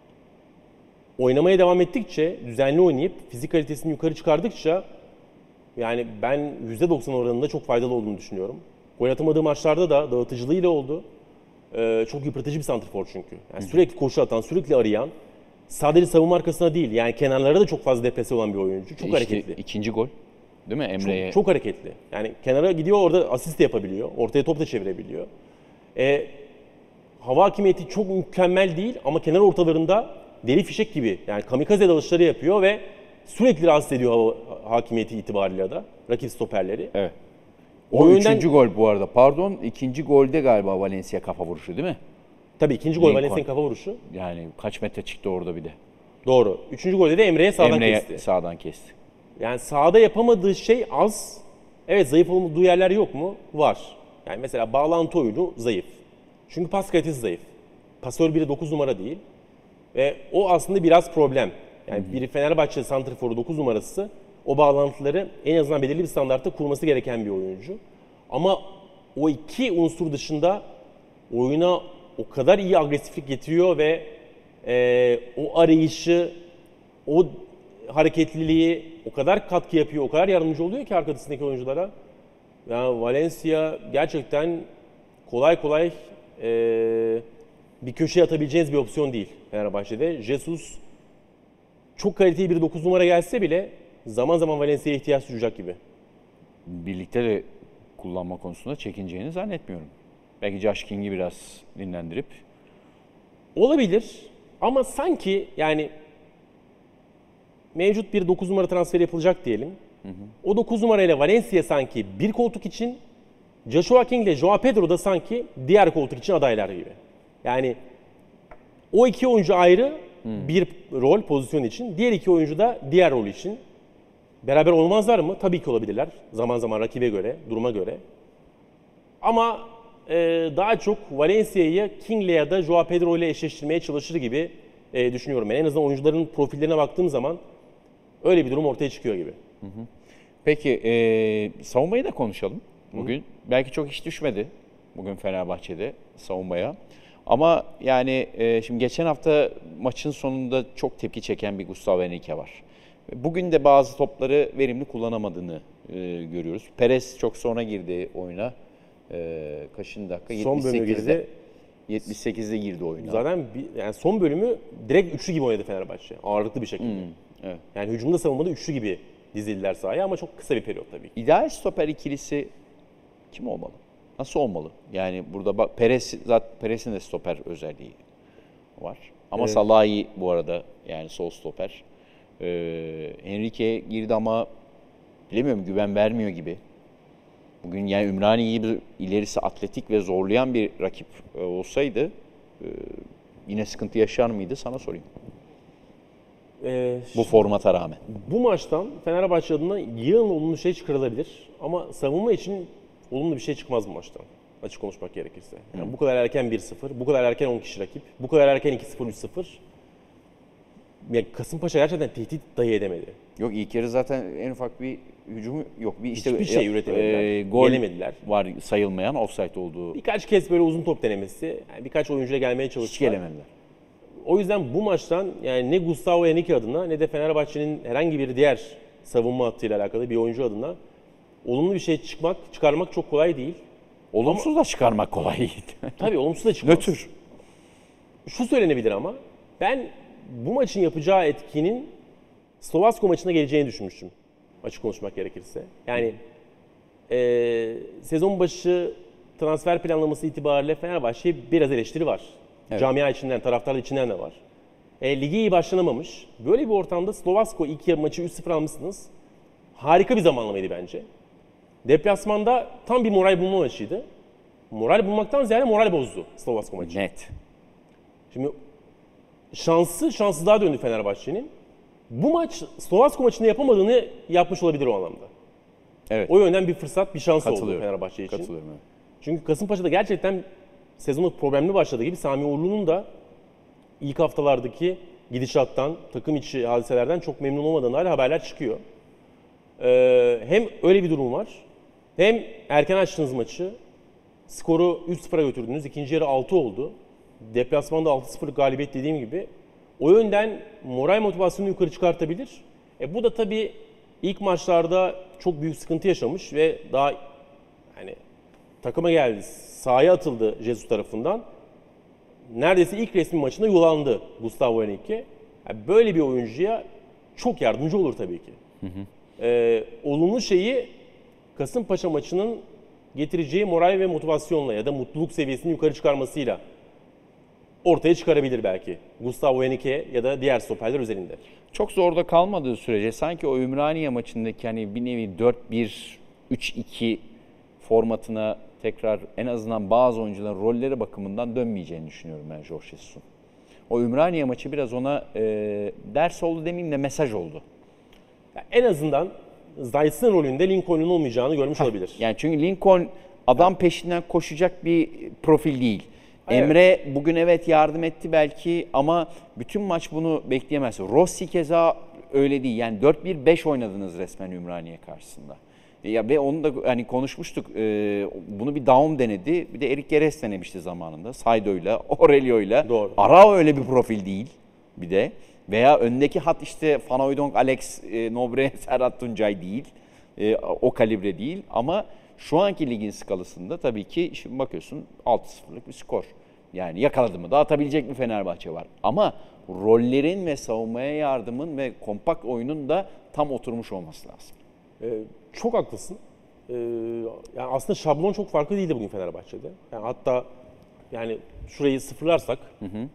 oynamaya devam ettikçe, düzenli oynayıp fizik kalitesini yukarı çıkardıkça Yani ben yüzde doksan oranında çok faydalı olduğunu düşünüyorum. Gol atamadığı maçlarda da dağıtıcılığıyla oldu. Ee, çok yıpratıcı bir santrfor çünkü. Yani sürekli koşu atan, sürekli arayan, sadece savunma arkasına değil, yani kenarlara da çok fazla deplase olan bir oyuncu. Çok İşte hareketli. ikinci gol değil mi Emre'ye? Çok, çok hareketli. Yani kenara gidiyor, orada asist de yapabiliyor. Ortaya top da çevirebiliyor. Ee, hava hakimiyeti çok mükemmel değil ama kenar ortalarında deli fişek gibi, yani kamikaze dalışları yapıyor ve sürekli rahatsız ediyor hava hakimiyeti itibariyle de rakip stoperleri. Evet. O, O yönden üçüncü gol bu arada. Pardon, ikinci golde galiba Valencia kafa vuruşu değil mi? tabii ikinci gol Lincoln. Valencia'nın kafa vuruşu. Yani kaç metre çıktı orada bir de. Doğru. Üçüncü golde de Emre'ye sağdan Emre'ye kesti. sağdan kesti. Yani sahada yapamadığı şey az. Evet, zayıf olduğu yerler yok mu? Var. Yani mesela bağlantı oyunu zayıf. Çünkü pas kalitesi zayıf. Pasör biri dokuz numara değil. Ve o aslında biraz problem. Yani biri Fenerbahçe santrforu dokuz numarası o bağlantıları en azından belirli bir standartta kurması gereken bir oyuncu. Ama o iki unsur dışında oyuna o kadar iyi agresiflik getiriyor ve e, o arayışı, o hareketliliği o kadar katkı yapıyor, o kadar yardımcı oluyor ki arkasındaki oyunculara. Yani Valencia gerçekten kolay kolay e, bir köşeye atabileceğiniz bir opsiyon değil Fenerbahçe'de. Jesus çok kaliteli bir dokuz numara gelse bile zaman zaman Valencia'ya ihtiyaç duyacak gibi. Birlikte de kullanma konusunda çekineceğini zannetmiyorum. Belki Josh King'i biraz dinlendirip. Olabilir ama sanki yani mevcut bir dokuz numara transferi yapılacak diyelim. Hı hı. O dokuz numarayla Valencia sanki bir koltuk için, Joshua King ile Joao Pedro da sanki diğer koltuk için adaylar gibi. Yani o iki oyuncu ayrı hmm. bir rol, pozisyon için. Diğer iki oyuncu da diğer rol için. Beraber olmazlar mı? Tabii ki olabilirler. Zaman zaman rakibe göre, duruma göre. Ama e, daha çok Valencia'yı King'le ya da Joao Pedro ile eşleştirmeye çalışır gibi e, düşünüyorum. Ben en azından oyuncuların profillerine baktığım zaman öyle bir durum ortaya çıkıyor gibi. Hı hı. Peki e, savunmayı da konuşalım bugün. Hı. Belki çok iş düşmedi bugün Fenerbahçe'de savunmaya. Ama yani e, şimdi geçen hafta maçın sonunda çok tepki çeken bir Gustavo Henrique var. Bugün de bazı topları verimli kullanamadığını e, görüyoruz. Perez çok sonra girdi oyuna. E, kaçıncı dakika? Son bölümü girdi. yetmiş sekizde girdi oyuna. Zaten bir, yani son bölümü direkt üçlü gibi oynadı Fenerbahçe. Ağırlıklı bir şekilde. Hmm, evet. Yani hücumda savunmada üçlü gibi dizildiler sahaya ama çok kısa bir periyot tabii. İdeal stoper ikilisi kim olmalı? Nasıl olmalı? Yani burada bak Perez, zaten Perez'in de stoper özelliği var. Ama evet. Salahi bu arada yani sol stoper. Ee, Henrique girdi ama bilemiyorum, güven vermiyor gibi. Bugün yani Ümraniye gibi ilerisi atletik ve zorlayan bir rakip e, olsaydı e, yine sıkıntı yaşar mıydı? Sana sorayım. Ee, bu formata rağmen. Bu maçtan Fenerbahçe adına yığın olumlu şey çıkarılabilir. Ama savunma için olumlu bir şey çıkmaz bu maçtan. Açık konuşmak gerekirse. Yani bu kadar erken bir sıfır, bu kadar erken on kişi rakip, bu kadar erken iki sıfır, üç sıfır. Yani Kasımpaşa gerçekten tehdit dahi edemedi. Yok, ilk yarı zaten en ufak bir hücumu yok. Bir işte hiçbir şey e, üretemediler. E, gol gelemediler. Var sayılmayan, offside olduğu. Birkaç kez böyle uzun top denemesi, yani birkaç oyuncuyla gelmeye çalıştılar. Hiç gelemediler. O yüzden bu maçtan yani ne Gustavo Henrique adına ne de Fenerbahçe'nin herhangi bir diğer savunma hattıyla alakalı bir oyuncu adına olumlu bir şey çıkmak, çıkarmak çok kolay değil. Olumsuz ama, da çıkarmak kolay değil. Tabii olumsuz da çıkmaz. Nötr. Şu söylenebilir ama ben bu maçın yapacağı etkinin Slovasko maçına geleceğini düşünmüştüm. Açık konuşmak gerekirse. Yani e, sezon başı transfer planlaması itibariyle Fenerbahçe'ye biraz eleştiri var. Evet. Camia içinden, taraftarlar içinden de var. E, ligi iyi başlanamamış. Böyle bir ortamda Slovasko ilk yarı maçı üç sıfır almışsınız. Harika bir zamanlamaydı bence. Deplasmanda tam bir moral bulma maçıydı. Moral bulmaktan ziyade moral bozdu Slovasko maçı. Net. Şimdi şansı şanssızlığa döndü Fenerbahçe'nin. Bu maç Slovasko maçında yapamadığını yapmış olabilir o anlamda. Evet. O yönden bir fırsat, bir şans oldu Fenerbahçe için. Katılıyorum. Evet. Çünkü Kasımpaşa'da gerçekten sezonu problemli başladığı gibi Sami Uğurlu'nun da ilk haftalardaki gidişattan, takım içi hadiselerden çok memnun olmadığına dair haberler çıkıyor. Ee, hem öyle bir durum var, hem erken açtığınız maçı, skoru üç sıfıra götürdünüz, ikinci yarı altı oldu. Deplasmanda altı sıfırlık galibiyet dediğim gibi. O yönden moral motivasyonunu yukarı çıkartabilir. E bu da tabii ilk maçlarda çok büyük sıkıntı yaşamış ve daha hani takıma geldi, sahaya atıldı Jesus tarafından. Neredeyse ilk resmi maçında yulandı Gustavo Henrique. Yani böyle bir oyuncuya çok yardımcı olur tabii ki. Hı hı. Ee, olumlu şeyi Kasımpaşa maçının getireceği moral ve motivasyonla ya da mutluluk seviyesini yukarı çıkarmasıyla ortaya çıkarabilir belki Gustavo Henrique ya da diğer stoperler özelinde. Çok zorda kalmadığı sürece sanki o Ümraniye maçındaki hani bir nevi dört bir üç iki formatına tekrar en azından bazı oyuncuların rolleri bakımından dönmeyeceğini düşünüyorum ben Jorge Jesus'un. O Ümraniye maçı biraz ona e, ders oldu demeyeyim de mesaj oldu. Yani en azından Zayt'sın rolünde Lincoln'un olmayacağını görmüş olabilir. Yani çünkü Lincoln adam evet. peşinden koşacak bir profil değil. Evet. Emre bugün evet yardım etti belki ama bütün maç bunu bekleyemez. Rossi keza öyle değil. Yani dört bir beş oynadınız resmen Ümraniye karşısında. Ya ve onu da hani konuşmuştuk. E, bunu bir Daum denedi. Bir de Erik Gerets denemişti zamanında. Saido'yla, Aurelio'yla. Doğru. Arao öyle bir profil değil bir de. Veya öndeki hat işte Van Hooijdonk, Alex e, Nobre, Serhat Tuncay değil. E, o kalibre değil ama şu anki ligin skalasında tabii ki şimdi bakıyorsun altı sıfırlık bir skor. Yani yakaladı mı da atabilecek bir Fenerbahçe var. Ama rollerin ve savunmaya yardımın ve kompakt oyunun da tam oturmuş olması lazım. Ee, çok haklısın. Ee, yani aslında şablon çok farklı değildi bugün Fenerbahçe'de. Yani hatta yani şurayı sıfırlarsak hı hı.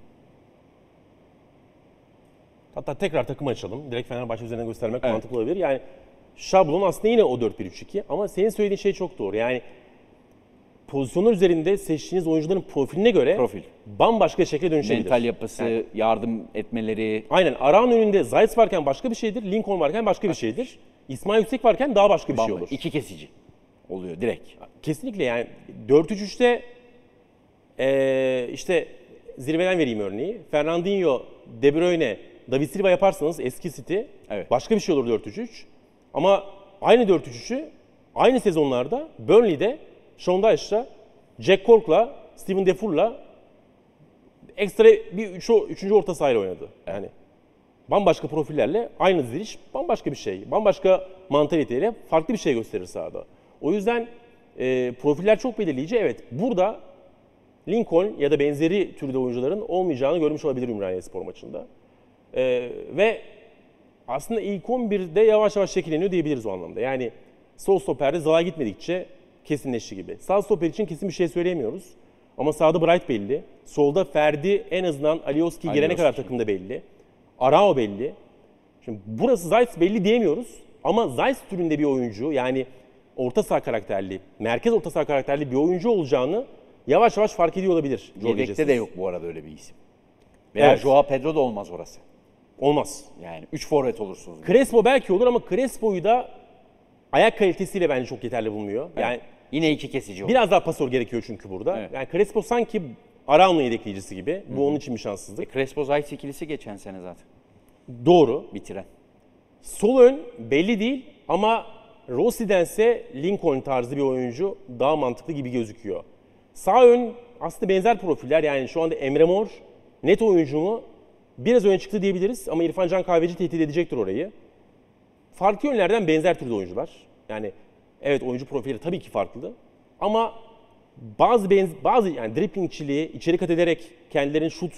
Hatta tekrar takım açalım. Direkt Fenerbahçe üzerine göstermek evet. mantıklı olabilir. Yani şablon aslında yine o dört bir üç iki ama senin söylediğin şey çok doğru. Yani pozisyonlar üzerinde seçtiğiniz oyuncuların profiline göre Profil. bambaşka şekilde dönüşebilir. Mental yapısı, yani, yardım etmeleri. Aynen. Arağın önünde Zayt varken başka bir şeydir. Lincoln varken başka bir şeydir. İsmail Yüksek varken daha başka bir Bambaşka. şey olur. İki kesici oluyor direkt. Kesinlikle yani dört üç üçte ee, işte zirveden vereyim örneği. Fernandinho, De Bruyne, David Silva yaparsanız eski City evet. başka bir şey olur dört üç üç. Ama aynı dört üç üçü aynı sezonlarda Burnley'de Sean Dyche'la, Jack Cork'la, Steven Defour'la ekstra bir üç, üçüncü orta sahayla oynadı. Yani bambaşka profillerle aynı diziliş, bambaşka bir şey. Bambaşka mantaliteyle farklı bir şey gösterir sahada. O yüzden e, profiller çok belirleyici. Evet, burada Lincoln ya da benzeri türde oyuncuların olmayacağını görmüş olabilir Ümraniye maçında. E, ve aslında ilk on birde yavaş yavaş şekilleniyor diyebiliriz o anlamda. Yani sol stoperde Zaha gitmedikçe kesinleşti gibi. Sağ stoper için kesin bir şey söyleyemiyoruz. Ama sağda Bright belli. Solda Ferdi en azından Alioski gelene Alioski. kadar takımda belli. Arao belli. Şimdi burası Zayt belli diyemiyoruz. Ama Zayt türünde bir oyuncu yani orta saha karakterli, merkez orta saha karakterli bir oyuncu olacağını yavaş yavaş fark ediyor olabilir. Yedekte de yok bu arada öyle bir isim. Veya Evet. Joao Pedro da olmaz orası. Olmaz. Yani üç forvet olursunuz. Crespo belki olur ama Crespo'yu da ayak kalitesiyle bence çok yeterli bulmuyor. Yani evet. Yine iki kesici olur. Biraz daha pasör gerekiyor çünkü burada. Evet. Yani Crespo sanki Arao'nun yedekleyicisi gibi. Bu Hı-hı. onun için bir şanssızlık. E, Crespo Zayt ikilisi geçen sene zaten. Doğru. Bitiren. Sol ön belli değil ama Rossi'dense Lincoln tarzı bir oyuncu daha mantıklı gibi gözüküyor. Sağ ön aslında benzer profiller. Yani şu anda Emre Mor net oyuncu mu? Biraz öne çıktı diyebiliriz ama İrfan Can Kahveci tehdit edecektir orayı. Farklı yönlerden benzer türde oyuncular. Yani evet oyuncu profili tabii ki farklı ama bazı benz bazı yani driplingçiliği, içeri kat ederek kendilerinin şut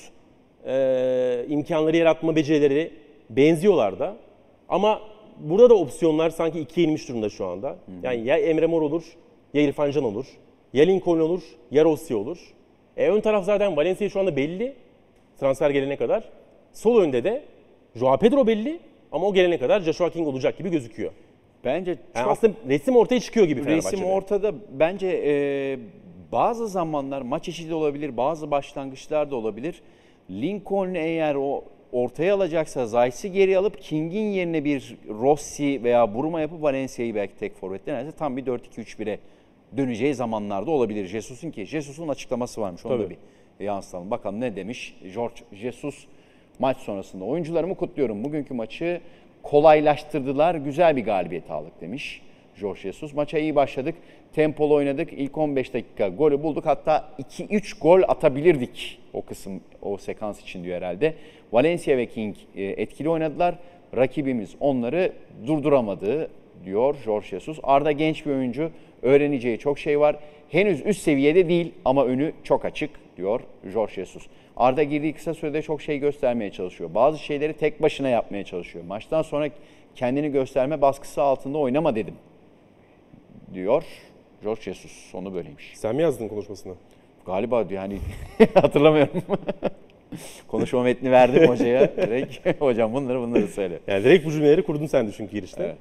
e, imkanları yaratma becerileri benziyorlar da. Ama burada da opsiyonlar sanki ikiye inmiş durumda şu anda. Hı hı. Yani ya Emre Mor olur, ya İrfan Can olur, ya Lincoln olur, ya Rossi olur. E, ön taraf zaten Valencia şu anda belli transfer gelene kadar. Sol önde de Joao Pedro belli ama o gelene kadar Joshua King olacak gibi gözüküyor. Bence çok... Yani aslında resim ortaya çıkıyor gibi Fenerbahçe'de. Resim ortada. Bence e, bazı zamanlar maç içi de olabilir, bazı başlangıçlar da olabilir. Lincoln eğer o ortaya alacaksa Zayt'si geri alıp King'in yerine bir Rossi veya Buruma yapıp Valencia'yı belki tek forvet denerse tam bir dört iki üç bire döneceği zamanlarda olabilir. Jesus'un ki Jesus'un açıklaması varmış. Onu Tabii. da bir yansıtalım. Bakalım ne demiş Jorge Jesus maç sonrasında. Oyuncularımı kutluyorum. Bugünkü maçı kolaylaştırdılar. Güzel bir galibiyet aldık demiş Jorge Jesus. Maça iyi başladık. Tempolu oynadık. İlk on beş dakika golü bulduk. Hatta iki üç gol atabilirdik o kısım, o sekans için diyor herhalde. Valencia ve King etkili oynadılar. rakibimiz onları durduramadı diyor Jorge Jesus. Arda genç bir oyuncu, öğreneceği çok şey var. Henüz üst seviyede değil ama önü çok açık diyor Jorge Jesus. Arda girdiği kısa sürede çok şey göstermeye çalışıyor. Bazı şeyleri tek başına yapmaya çalışıyor. Maçtan sonra kendini gösterme baskısı altında oynama dedim diyor Jorge Jesus. Sonu böyleymiş. Sen mi yazdın konuşmasını? Galiba yani hatırlamıyorum. Konuşma metni verdim hocaya. Direkt hocam bunları bunları söyle. Yani direkt bu cümleleri kurdun sen de çünkü girişte. Evet.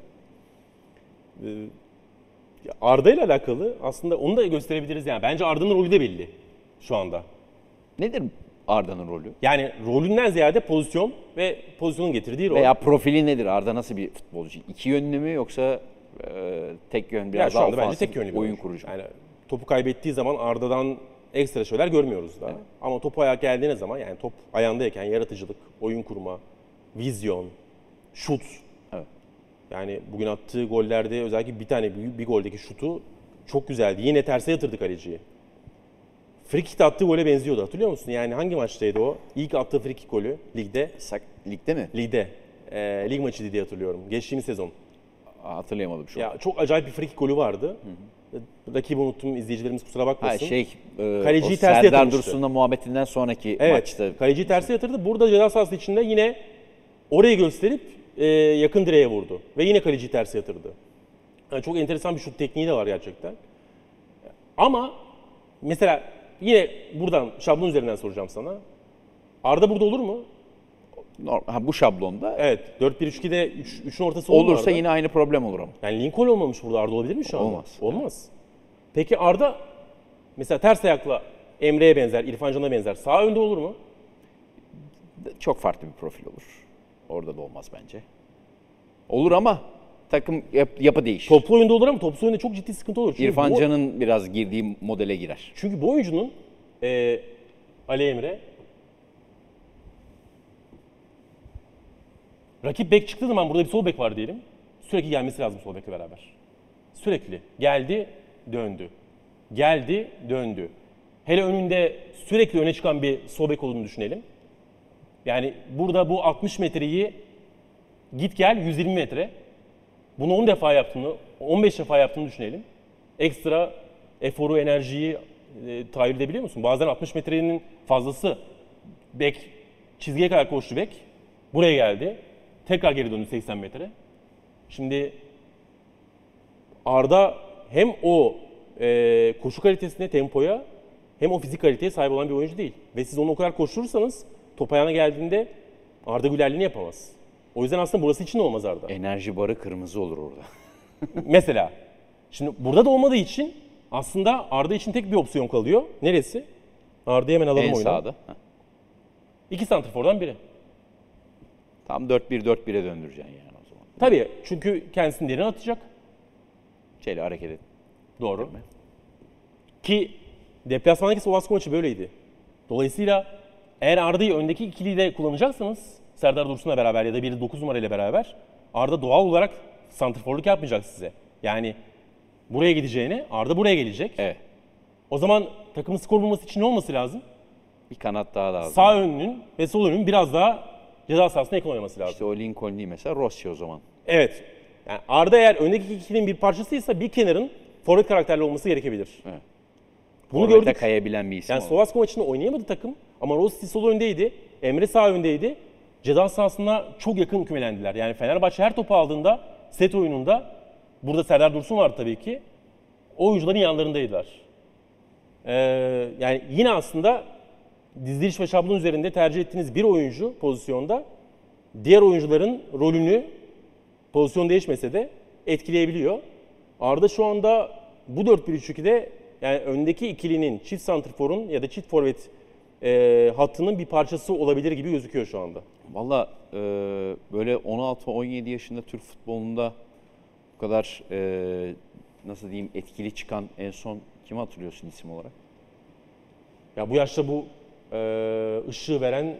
Ee, Arda ile alakalı aslında onu da gösterebiliriz. Yani bence Arda'nın rolü de belli şu anda. Nedir Arda'nın rolü? Yani rolünden ziyade pozisyon ve pozisyonun getirdiği rol. Veya profili nedir? Arda nasıl bir futbolcu? İki yönlü mü yoksa e, tek yön yani biraz şu daha anda bence ofansif tek yönlü bir oyun oyuncu. kurucu? Yani topu kaybettiği zaman Arda'dan ekstra şeyler görmüyoruz daha. Evet. Ama topu ayak geldiğine zaman yani top ayağındayken yaratıcılık, oyun kurma, vizyon, şut. Evet. Yani bugün attığı gollerde özellikle bir tane bir, bir goldeki şutu çok güzeldi. Yine terse yatırdı kaleciyi. Free kick'te attığı gole benziyordu, hatırlıyor musun? Yani hangi maçtaydı o? İlk attığı free kick golü ligde. Sak, ligde mi? Ligde. Ee, lig maçıydı diye hatırlıyorum. Geçtiğimiz sezon. Aa, hatırlayamadım şu an. Ya çok acayip bir free kick golü vardı. Hı hı. Rakibi unuttum, izleyicilerimiz kusura bakmasın. Ha şey, e, Kaleciyi o terse Serdar yatırmıştı. Dursun'la muhabbetinden sonraki Evet, maçta. kaleciyi terse yatırdı. Burada ceza sahası içinde yine orayı gösterip e, yakın direğe vurdu. Ve yine kaleciyi terse yatırdı. Yani çok enteresan bir şut tekniği de var gerçekten. Ama mesela yine buradan şablon üzerinden soracağım sana. Arda burada olur mu? Normal, ha, bu şablonda Evet. dört bir üç ikide üçün ortası olur mu olursa Arda? yine aynı problem olur ama. Yani Lincoln olmamış burada, Arda olabilir mi şu anda? Olmaz. Olmaz. Peki Arda mesela ters ayakla Emre'ye benzer, İrfan Can'a benzer sağ önde olur mu? Çok farklı bir profil olur. Orada da olmaz bence. Olur ama takım yap, yapı değişir. Toplu oyunda olur ama topsuz oyunda çok ciddi sıkıntı olur. Çünkü İrfan bu- Can'ın biraz girdiği modele girer. Çünkü bu oyuncunun e, Ali Emre rakip bek çıktığı zaman burada bir sol bek var diyelim. Sürekli gelmesi lazım sol bekle beraber. Sürekli. Geldi, döndü. Geldi, döndü. Hele önünde sürekli öne çıkan bir sol bek olduğunu düşünelim. Yani burada bu altmış metreyi git gel yüz yirmi metre. Bunu on defa yaptığını, on beş defa yaptığını düşünelim. Ekstra eforu, enerjiyi e, tahayyül edebiliyor musun? Bazen altmış metrenin fazlası bek, çizgiye kadar koştu bek. Buraya geldi. Tekrar geri döndü seksen metre. Şimdi Arda hem o e, koşu kalitesine, tempoya hem o fizik kaliteye sahip olan bir oyuncu değil. Ve siz onu o kadar koşturursanız top ayağına geldiğinde Arda Gülerliğini yapamaz. O yüzden aslında burası için de olmaz Arda. Enerji barı kırmızı olur orada. Mesela. Şimdi burada da olmadığı için aslında Arda için tek bir opsiyon kalıyor. Neresi? Arda'yı hemen alalım En oyuna. sağda. Heh. İki santrfordan biri. Tam dört bir dört bire döndüreceksin yani o zaman. Tabii çünkü kendisini derine atacak. Şeyle hareket et. Doğru. Ki deplasmandaki Sivasspor maçı böyleydi. Dolayısıyla eğer Arda'yı öndeki ikiliyi de kullanacaksanız Serdar Dursun'la beraber ya da bir dokuz numarayla beraber Arda doğal olarak santrforluk yapmayacak size. Yani buraya gideceğine Arda buraya gelecek. Evet. O zaman takımın skor bulması için ne olması lazım? Bir kanat daha lazım. Sağ önünün ve sol önünün biraz daha ceza sahasına yakın oynaması lazım. İşte o Lincoln değil mesela Rossi o zaman. Evet. Yani Arda eğer öndeki ikilinin bir parçasıysa bir kenarın forvet karakterli olması gerekebilir. Evet. Bunu Forvet'e gördük. kayabilen bir isim Yani oldu. Sivasspor maçında oynayamadı takım ama Rossi sol öndeydi. Emre sağ öndeydi. Ceza sahasına çok yakın kümelendiler. Yani Fenerbahçe her topu aldığında set oyununda burada Serdar Dursun vardı tabii ki. O oyuncuların yanlarındaydılar. Ee, yani yine aslında diziliş ve şablon üzerinde tercih ettiğiniz bir oyuncu pozisyonda diğer oyuncuların rolünü pozisyon değişmese de etkileyebiliyor. Arda şu anda bu dört bir üç ikide yani öndeki ikilinin çift santrforun ya da çift forvet e, hattının bir parçası olabilir gibi gözüküyor şu anda. Valla e, böyle on altı on yedi yaşında Türk futbolunda bu kadar e, nasıl diyeyim etkili çıkan en son kimi hatırlıyorsun isim olarak? Ya bu yaşta bu e, ışığı veren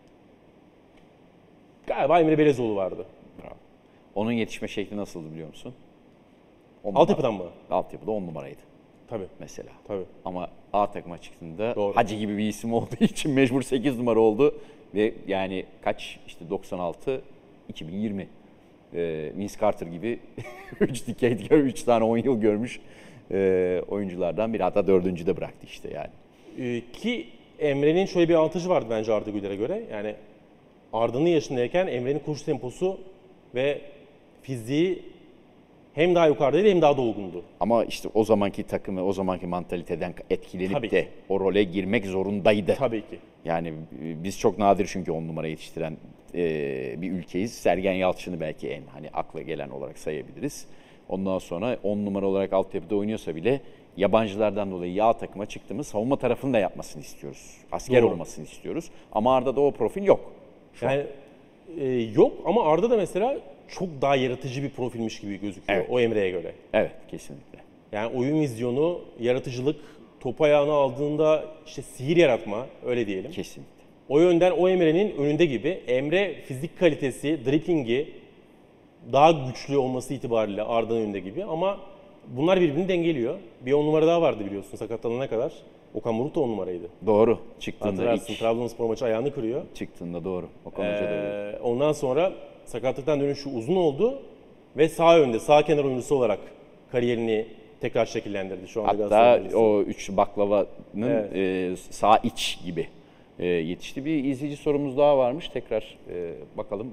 galiba Emre Belezoğlu vardı. Bravo. Onun yetişme şekli nasıldı biliyor musun? On Altyapıdan mı? numara- Altyapıda on numaraydı Tabii. mesela. Tabii. Ama A takıma çıktığında Doğru. Hacı gibi bir isim olduğu için mecbur sekiz numara oldu. Ve yani kaç işte doksan altı iki bin yirmi. Ee, Vince Carter gibi üç decade, üç tane on yıl görmüş e, oyunculardan biri. Hatta dördüncü de bıraktı işte yani. Ee, ki Emre'nin şöyle bir avantajı vardı bence Arda Güler'e göre. Yani Arda'nın yaşındayken Emre'nin koşu temposu ve fiziği hem daha yukarıdaydı hem daha dolgundu. Ama işte o zamanki takımı, o zamanki mantaliteden etkilenip Tabii de ki. o role girmek zorundaydı. Tabii ki. Yani biz çok nadir çünkü on numara yetiştiren e, bir ülkeyiz. Sergen Yalçın'ı belki en hani akla gelen olarak sayabiliriz. Ondan sonra on numara olarak altyapıda oynuyorsa bile yabancılardan dolayı ya takıma çıktığımız savunma tarafını da yapmasını istiyoruz. Asker Doğru. olmasını istiyoruz. Ama Arda'da o profil yok. Şu an. Yani e, yok ama Arda da mesela çok daha yaratıcı bir profilmiş gibi gözüküyor Evet. o Emre'ye göre. Evet, kesinlikle. Yani oyun vizyonu, yaratıcılık, topu ayağına aldığında işte sihir yaratma öyle diyelim. Kesinlikle. O yönden o Emre'nin önünde gibi. Emre fizik kalitesi, driblingi daha güçlü olması itibariyle Arda'nın önünde gibi ama bunlar birbirini dengeliyor. Bir on numara daha vardı biliyorsun sakatlanana kadar. Okan Buruk da on numaraydı. Doğru. Çıktığında Hatırlarsın ilk Trabzonspor maçı ayağını kırıyor. çıktığında doğru. Okan Hoca da öyle. Ee, ondan sonra sakatlıktan dönüşü uzun oldu ve sağ önde, sağ kenar oyuncusu olarak kariyerini tekrar şekillendirdi şu anda Hatta Galatasaray'da. o üç baklavanın Evet. e, sağ iç gibi e, yetişti. Bir izleyici sorumuz daha varmış. Tekrar e, bakalım.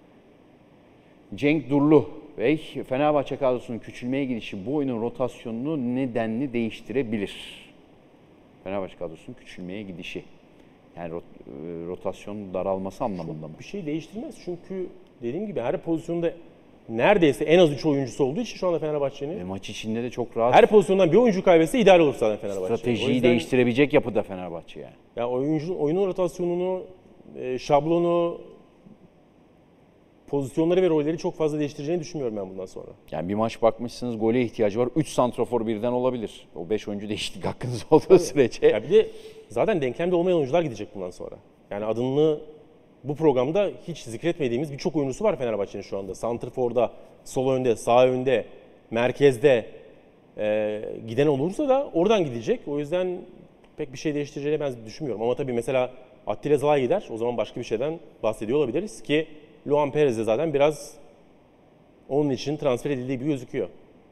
Cenk Durlu Bey, Fenerbahçe kadrosunun küçülmeye gidişi bu oyunun rotasyonunu nedenli değiştirebilir? Fenerbahçe kadrosunun küçülmeye gidişi. Yani rot, e, rotasyonun daralması anlamında mı? Bir şey değiştirmez çünkü dediğim gibi her pozisyonda neredeyse en az üç oyuncusu olduğu için şu anda Fenerbahçe'nin E, maç içinde de çok rahat her pozisyondan bir oyuncu kaybetse ideal olur zaten Fenerbahçe. O stratejiyi yüzden değiştirebilecek yapıda Fenerbahçe yani. ya oyuncunun oyunun rotasyonunu, e, şablonu, pozisyonları ve rolleri çok fazla değiştireceğini düşünmüyorum ben bundan sonra. Yani bir maç bakmışsınız gole ihtiyacı var. üç santrafor birden olabilir. O beş oyuncu değişiklik hakkınız olduğu sürece. Ya bir de zaten denklemde olmayan oyuncular gidecek bundan sonra. Yani adını bu programda hiç zikretmediğimiz birçok oyuncusu var Fenerbahçe'nin şu anda. Santrfor'da, sol önde, sağ önde, merkezde e, giden olursa da oradan gidecek. O yüzden pek bir şey değiştireceğini ben düşünmüyorum. Ama tabii mesela Attila Zalay gider. O zaman başka bir şeyden bahsediyor olabiliriz ki Luan Perez de zaten biraz onun için transfer edildiği gibi gözüküyor.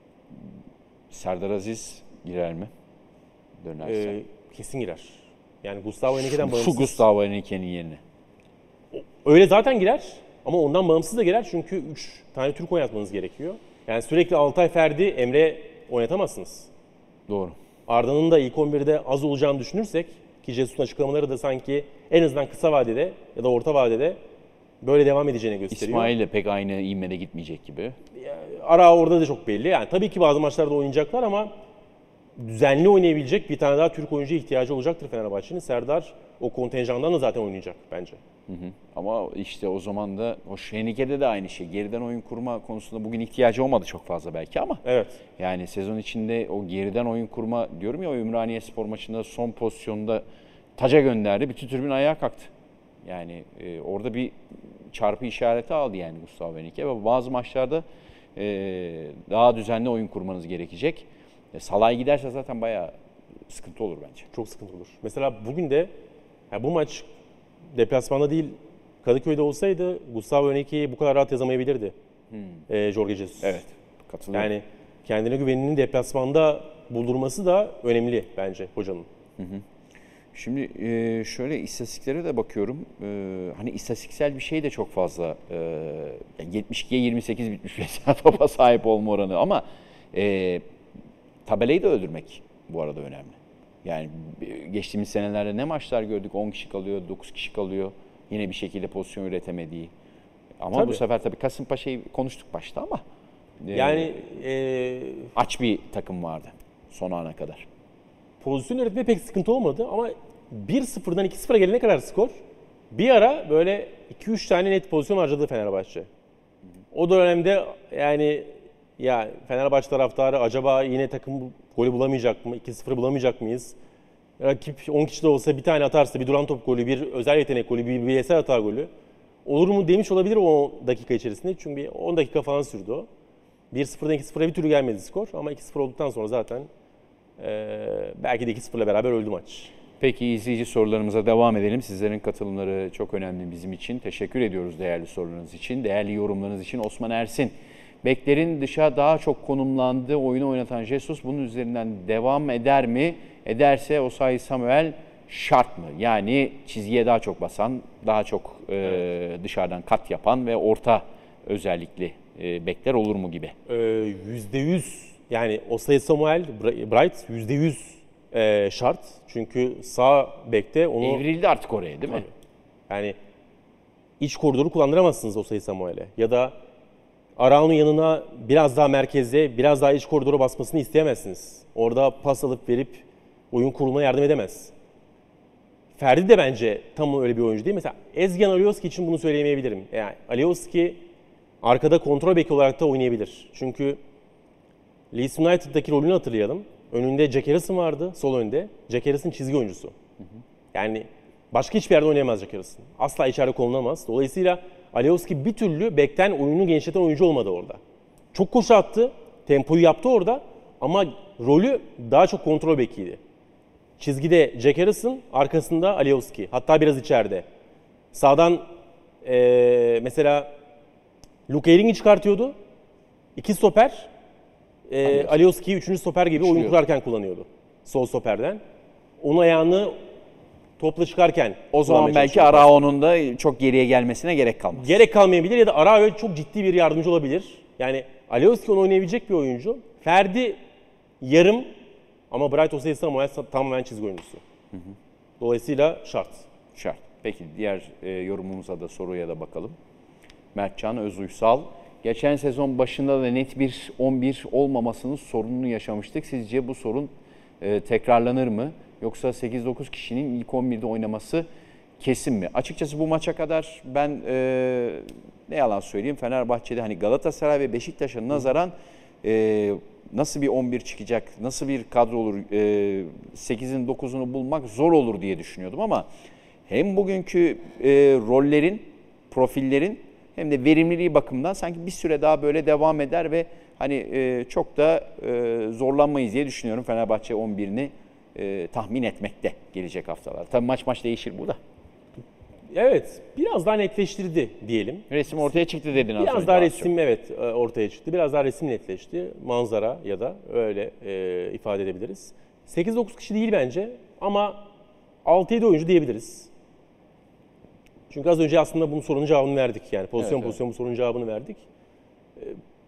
Serdar Aziz girer mi? Dönerse. E, kesin girer. Yani Gustavo Henrique'den Şu bağımsız. Gustavo Henrique'nin yerine. Öyle zaten girer ama ondan bağımsız da girer çünkü üç tane Türk oynatmanız gerekiyor. Yani sürekli Altay, Ferdi, Emre oynatamazsınız. Doğru. Arda'nın da ilk on birde az olacağını düşünürsek ki Jesus'un açıklamaları da sanki en azından kısa vadede ya da orta vadede böyle devam edeceğini gösteriyor. İsmail de pek aynı ivmede gitmeyecek gibi. Ara orada da çok belli. Yani tabii ki bazı maçlarda oynayacaklar ama düzenli oynayabilecek bir tane daha Türk oyuncuya ihtiyacı olacaktır Fenerbahçe'nin. Serdar o kontenjandan da zaten oynayacak bence. Hı hı. Ama işte o zaman da o Henrique'de de aynı şey. Geriden oyun kurma konusunda bugün ihtiyacı olmadı çok fazla belki ama. Evet. Yani sezon içinde o geriden oyun kurma diyorum ya o Ümraniye Spor maçında son pozisyonda taca gönderdi. Bütün tribün ayağa kalktı. Yani e, orada bir çarpı işareti aldı yani Gustavo Henrique ve bazı maçlarda e, daha düzenli oyun kurmanız gerekecek. E, Salay giderse zaten bayağı sıkıntı olur bence. Çok sıkıntı olur. Mesela bugün de ya bu maç deplasmanda değil Kadıköy'de olsaydı Gustavo Henrique'yi bu kadar rahat yazamayabilirdi. Hmm. E, Jorge Jesus. Evet. Katılıyorum. Yani kendine güveninin deplasmanda buldurması da önemli bence hocanın. Hı hı. Şimdi e, şöyle istatistiklere de bakıyorum. E, hani istatistiksel bir şey de çok fazla. E, yani yetmiş ikiye yirmi sekiz bitmiş mesela topa sahip olma oranı ama e, tabelayı da öldürmek bu arada önemli. Yani geçtiğimiz senelerde ne maçlar gördük? on kişi kalıyor, dokuz kişi kalıyor. Yine bir şekilde pozisyon üretemediği. Ama Tabii. bu sefer tabii Kasımpaşa'yı konuştuk başta ama e, Yani e, aç bir takım vardı son ana kadar. pozisyon üretme pek sıkıntı olmadı ama bir sıfırdan iki sıfıra gelene kadar skor bir ara böyle iki üç tane net pozisyon harcadı Fenerbahçe. O dönemde yani ya Fenerbahçe taraftarı acaba yine takım golü bulamayacak mı? iki sıfır bulamayacak mıyız? Rakip on kişi de olsa bir tane atarsa bir duran top golü, bir özel yetenek golü, bir bireysel hata golü olur mu demiş olabilir o dakika içerisinde. Çünkü bir on dakika falan sürdü o. bir sıfırdan iki sıfıra bir türlü gelmedi skor ama iki sıfır olduktan sonra zaten Ee, belki de iki sıfırla beraber öldü maç. Peki izleyici sorularımıza devam edelim. Sizlerin katılımları çok önemli bizim için. Teşekkür ediyoruz değerli sorularınız için, değerli yorumlarınız için. Osman Ersin, beklerin dışa daha çok konumlandığı oyunu oynatan Jesus bunun üzerinden devam eder mi? Ederse Osayi Samuel şart mı? Yani çizgiye daha çok basan, daha çok e, evet. dışarıdan kat yapan ve orta özellikli e, bekler olur mu gibi? yüzde yüz yani Osayi Samuel, Bright yüzde yüz e, şart. Çünkü sağ bekte onu... Evrildi artık oraya değil mi? Tabii. Yani iç koridoru kullandıramazsınız Osayi Samuel'e. Ya da Arao'nun yanına biraz daha merkeze, biraz daha iç koridora basmasını isteyemezsiniz. Orada pas alıp verip oyun kuruluna yardım edemez. Ferdi de bence tam öyle bir oyuncu değil. Mesela Ezgen Alioski için bunu söyleyemeyebilirim. Yani Alioski arkada kontrol beki olarak da oynayabilir. Çünkü Leeds United'daki rolünü hatırlayalım. Önünde Jack Harrison vardı, sol önde. Jack Harrison çizgi oyuncusu. Hı hı. Yani başka hiçbir yerde oynayamaz Jack Harrison. Asla içeride kullanılamaz. Dolayısıyla Alioski bir türlü bekten oyunu genişleten oyuncu olmadı orada. Çok koşu attı, tempoyu yaptı orada ama rolü daha çok kontrol bekiydi. Çizgide Jack Harrison, arkasında Alioski. Hatta biraz içeride. Sağdan ee, mesela Luke Ayring'i çıkartıyordu. İki stoper. E, Alioski'yi üçüncü stoper gibi oyun kurarken kullanıyordu. Sol stoperden. Onun ayağını topla çıkarken. O zaman belki Arao'nun da çok geriye gelmesine gerek kalmaz. Gerek kalmayabilir ya da Arao'ya çok ciddi bir yardımcı olabilir. Yani Alioski onu oynayabilecek bir oyuncu. Ferdi yarım ama Bright Osayi Samuel tamamen çizgi oyuncusu. Hı hı. Dolayısıyla şart. Şart. Peki diğer e, yorumumuza da soruya da bakalım. Mertcan Özuysal. Geçen sezon başında da net bir on bir olmamasının sorununu yaşamıştık. Sizce bu sorun e, tekrarlanır mı? Yoksa sekiz dokuz kişinin ilk on birde oynaması kesin mi? Açıkçası bu maça kadar ben e, ne yalan söyleyeyim Fenerbahçe'de hani Galatasaray ve Beşiktaş'a nazaran e, nasıl bir on bir çıkacak, nasıl bir kadro olur, e, sekizin dokuzunu bulmak zor olur diye düşünüyordum ama hem bugünkü e, rollerin, profillerin hem de verimliliği bakımından sanki bir süre daha böyle devam eder ve hani e, çok da e, zorlanmayız diye düşünüyorum Fenerbahçe on birini e, tahmin etmekte gelecek haftalar. Tabii maç maç değişir bu da. Evet, biraz daha netleştirdi diyelim. Resim ortaya çıktı dedin az önce. Biraz daha resim evet ortaya çıktı. Biraz daha resim netleşti. Manzara ya da öyle e, ifade edebiliriz. sekiz dokuz kişi değil bence ama altı yedi oyuncu diyebiliriz. Çünkü az önce aslında bunun sorunun cevabını verdik. Yani pozisyon evet, pozisyon evet. bu sorunun cevabını verdik. Ee,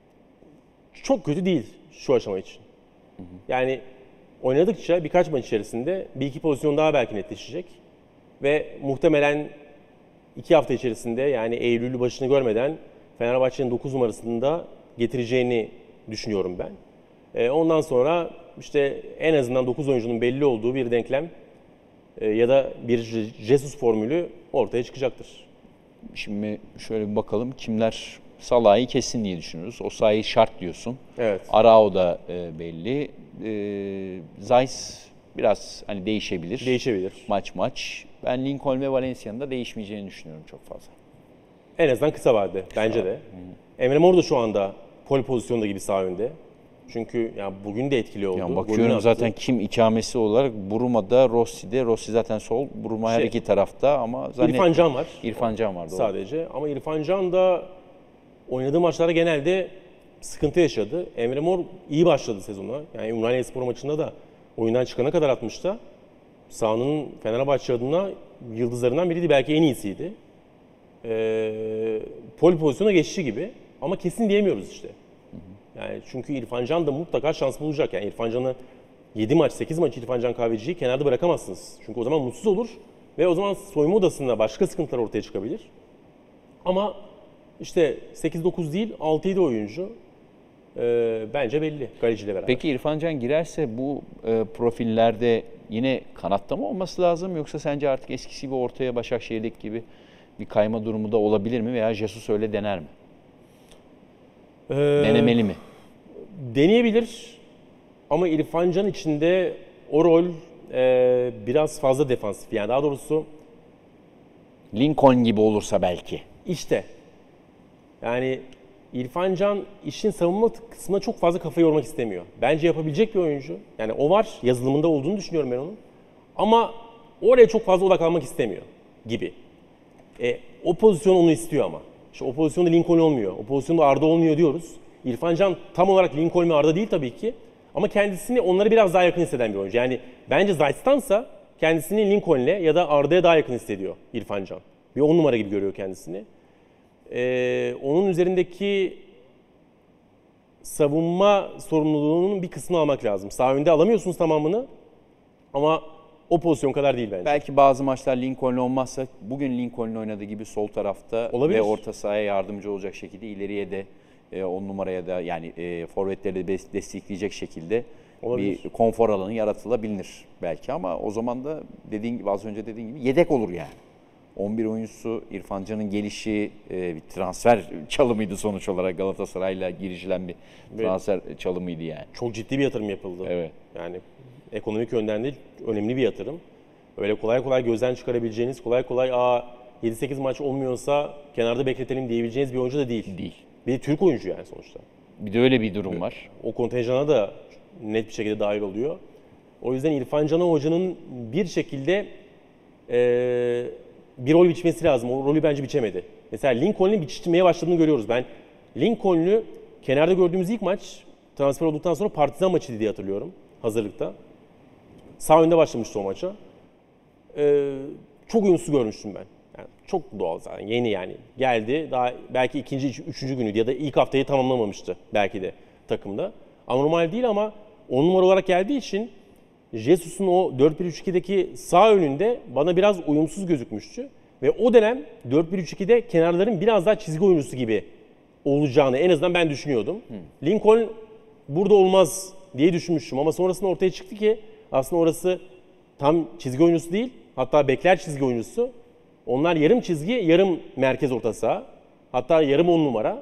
çok kötü değil şu aşama için. Hı hı. Yani oynadıkça birkaç maç içerisinde bir iki pozisyon daha belki netleşecek. Ve muhtemelen iki hafta içerisinde yani Eylül başını görmeden Fenerbahçe'nin dokuz numarasında getireceğini düşünüyorum ben. Ee, ondan sonra işte en azından dokuz oyuncunun belli olduğu bir denklem ya da bir Jesus formülü ortaya çıkacaktır. Şimdi şöyle bir bakalım kimler Salah'ı kesin diye düşünüyoruz. Osayi şart diyorsun. Evet. Arao da e, belli. E, Zeiss biraz hani değişebilir. Değişebilir. Maç maç. Ben Lincoln ve Valencia'nın da değişmeyeceğini düşünüyorum çok fazla. En azından kısa vadede kısa bence de. Hı. Emre Mor da şu anda pol pozisyonda gibi sağ önde. Çünkü yani bugün de etkili oldu. Yani bakıyorum zaten kim ikamesi olarak Bruma'da, Rossi'de. Rossi zaten sol, Bruma şey, her iki tarafta ama İrfan Can var. İrfan Can var doğru. Sadece ama İrfan Can da oynadığı maçlarda genelde sıkıntı yaşadı. Emre Mor iyi başladı sezona. Yani Ümraniye Spor maçında da oyundan çıkana kadar atmışta. Sahanın Fenerbahçe adına yıldızlarından biriydi. Belki en iyisiydi. Ee, pol pozisyona geçişi gibi ama kesin diyemiyoruz işte. Yani çünkü İrfan Can da mutlaka şans bulacak. Yani İrfan Can'ı yedi maç, sekiz maç İrfan Can Kahveci'yi kenarda bırakamazsınız. Çünkü o zaman mutsuz olur ve o zaman soyunma odasında başka sıkıntılar ortaya çıkabilir. Ama işte sekiz dokuz değil, altı yedi oyuncu e, bence belli Galeci ile beraber. Peki İrfan Can girerse bu e, profillerde yine kanatta mı olması lazım yoksa sence artık eskisi gibi ortaya Başakşehir'deki gibi bir kayma durumu da olabilir mi veya Jesus öyle dener mi? Ee, Denemeli mi? Deneyebilir ama İrfan Can içinde o rol e, biraz fazla defansif. Yani daha doğrusu Lincoln gibi olursa belki. İşte yani İrfan Can işin savunma kısmına çok fazla kafa yormak istemiyor. Bence yapabilecek bir oyuncu. Yani o var, yazılımında olduğunu düşünüyorum ben onun. Ama oraya çok fazla odaklanmak istemiyor gibi. E, o pozisyon onu istiyor ama. İşte o pozisyonda Lincoln olmuyor. O pozisyonda Arda olmuyor diyoruz. İrfan Can tam olarak Lincoln ve Arda değil tabii ki. Ama kendisini onlara biraz daha yakın hisseden bir oyuncu. Yani bence Zayt'tansa kendisini Lincoln'le ya da Arda'ya daha yakın hissediyor İrfan Can. Bir on numara gibi görüyor kendisini. Ee, onun üzerindeki savunma sorumluluğunun bir kısmını almak lazım. Sağ önde alamıyorsunuz tamamını ama o pozisyon kadar değil bence. Belki bazı maçlar Lincoln olmazsa bugün Lincoln'un oynadığı gibi sol tarafta Olabilir. ve orta sahaya yardımcı olacak şekilde ileriye de e, on numaraya da yani e, forvetleri de destekleyecek şekilde Olabilir. bir konfor alanı yaratılabilir belki ama o zaman da dediğin gibi az önce dediğin gibi yedek olur yani. on bir oyuncusu İrfan Can'ın gelişi e, bir transfer çalımıydı sonuç olarak Galatasaray'la girişilen bir transfer çalımıydı yani. Çok ciddi bir yatırım yapıldı. Evet. Yani ekonomik yönden de önemli bir yatırım. Öyle kolay kolay gözden çıkarabileceğiniz, kolay kolay aa yedi sekiz maç olmuyorsa kenarda bekletelim diyebileceğiniz bir oyuncu da değil. Değil. Bir de Türk oyuncu yani sonuçta. Bir de öyle bir durum var. O kontenjana da net bir şekilde dahil oluyor. O yüzden İrfan Can Hoca'nın bir şekilde e, bir rol biçmesi lazım. O rolü bence biçemedi. Mesela Lincoln'un biçmeye başladığını görüyoruz. Ben Lincoln'u kenarda gördüğümüz ilk maç transfer olduktan sonra Partizan maçıydı diye hatırlıyorum hazırlıkta. Sağ önde başlamıştı o maça. Ee, çok uyumsuz görmüştüm ben. Yani çok doğal zaten. Yeni yani. Geldi. Daha belki ikinci, üçüncü günüydü ya da ilk haftayı tamamlamamıştı belki de takımda. Anormal değil ama on numara olarak geldiği için Jesus'un o dört bir üç ikideki sağ önünde bana biraz uyumsuz gözükmüştü. Ve o dönem dört bir üç ikide kenarların biraz daha çizgi oyuncusu gibi olacağını en azından ben düşünüyordum. Hmm. Lincoln burada olmaz diye düşünmüştüm ama sonrasında ortaya çıktı ki aslında orası tam çizgi oyuncusu değil, hatta bekler çizgi oyuncusu. Onlar yarım çizgi, yarım merkez orta saha, hatta yarım on numara.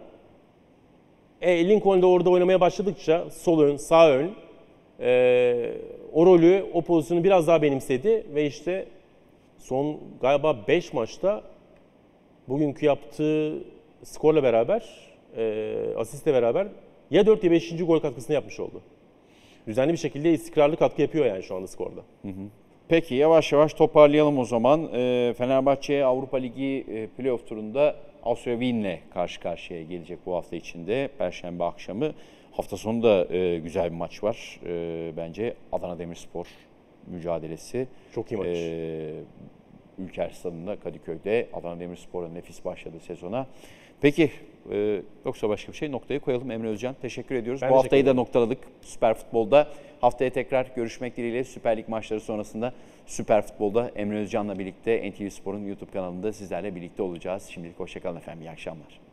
E, Lincoln de orada oynamaya başladıkça sol ön, sağ ön, e, o rolü, o pozisyonu biraz daha benimsedi ve işte son galiba beş maçta bugünkü yaptığı skorla beraber, e, asistle beraber ya dört ya beşinci gol katkısını yapmış oldu. Düzenli bir şekilde istikrarlı katkı yapıyor yani şu anda skorda. Hı hı. Peki yavaş yavaş toparlayalım o zaman. E, Fenerbahçe Avrupa Ligi e, playoff turunda Austria Wien'le karşı karşıya gelecek bu hafta içinde. Perşembe akşamı. Hafta sonu da e, güzel bir maç var. E, bence Adana Demirspor mücadelesi. Çok iyi maç. E, Ülker Stadı'nda Kadıköy'de Adana Demirspor'a nefis başladı sezona. Peki e, yoksa başka bir şey noktayı koyalım. Emre Özcan teşekkür ediyoruz. Ben bu teşekkür haftayı da ederim. noktaladık Süper Futbol'da. Haftaya tekrar görüşmek dileğiyle Süper Lig maçları sonrasında Süper Futbol'da Emre Özcan'la birlikte N T V Spor'un YouTube kanalında sizlerle birlikte olacağız. Şimdilik hoşçakalın efendim. İyi akşamlar.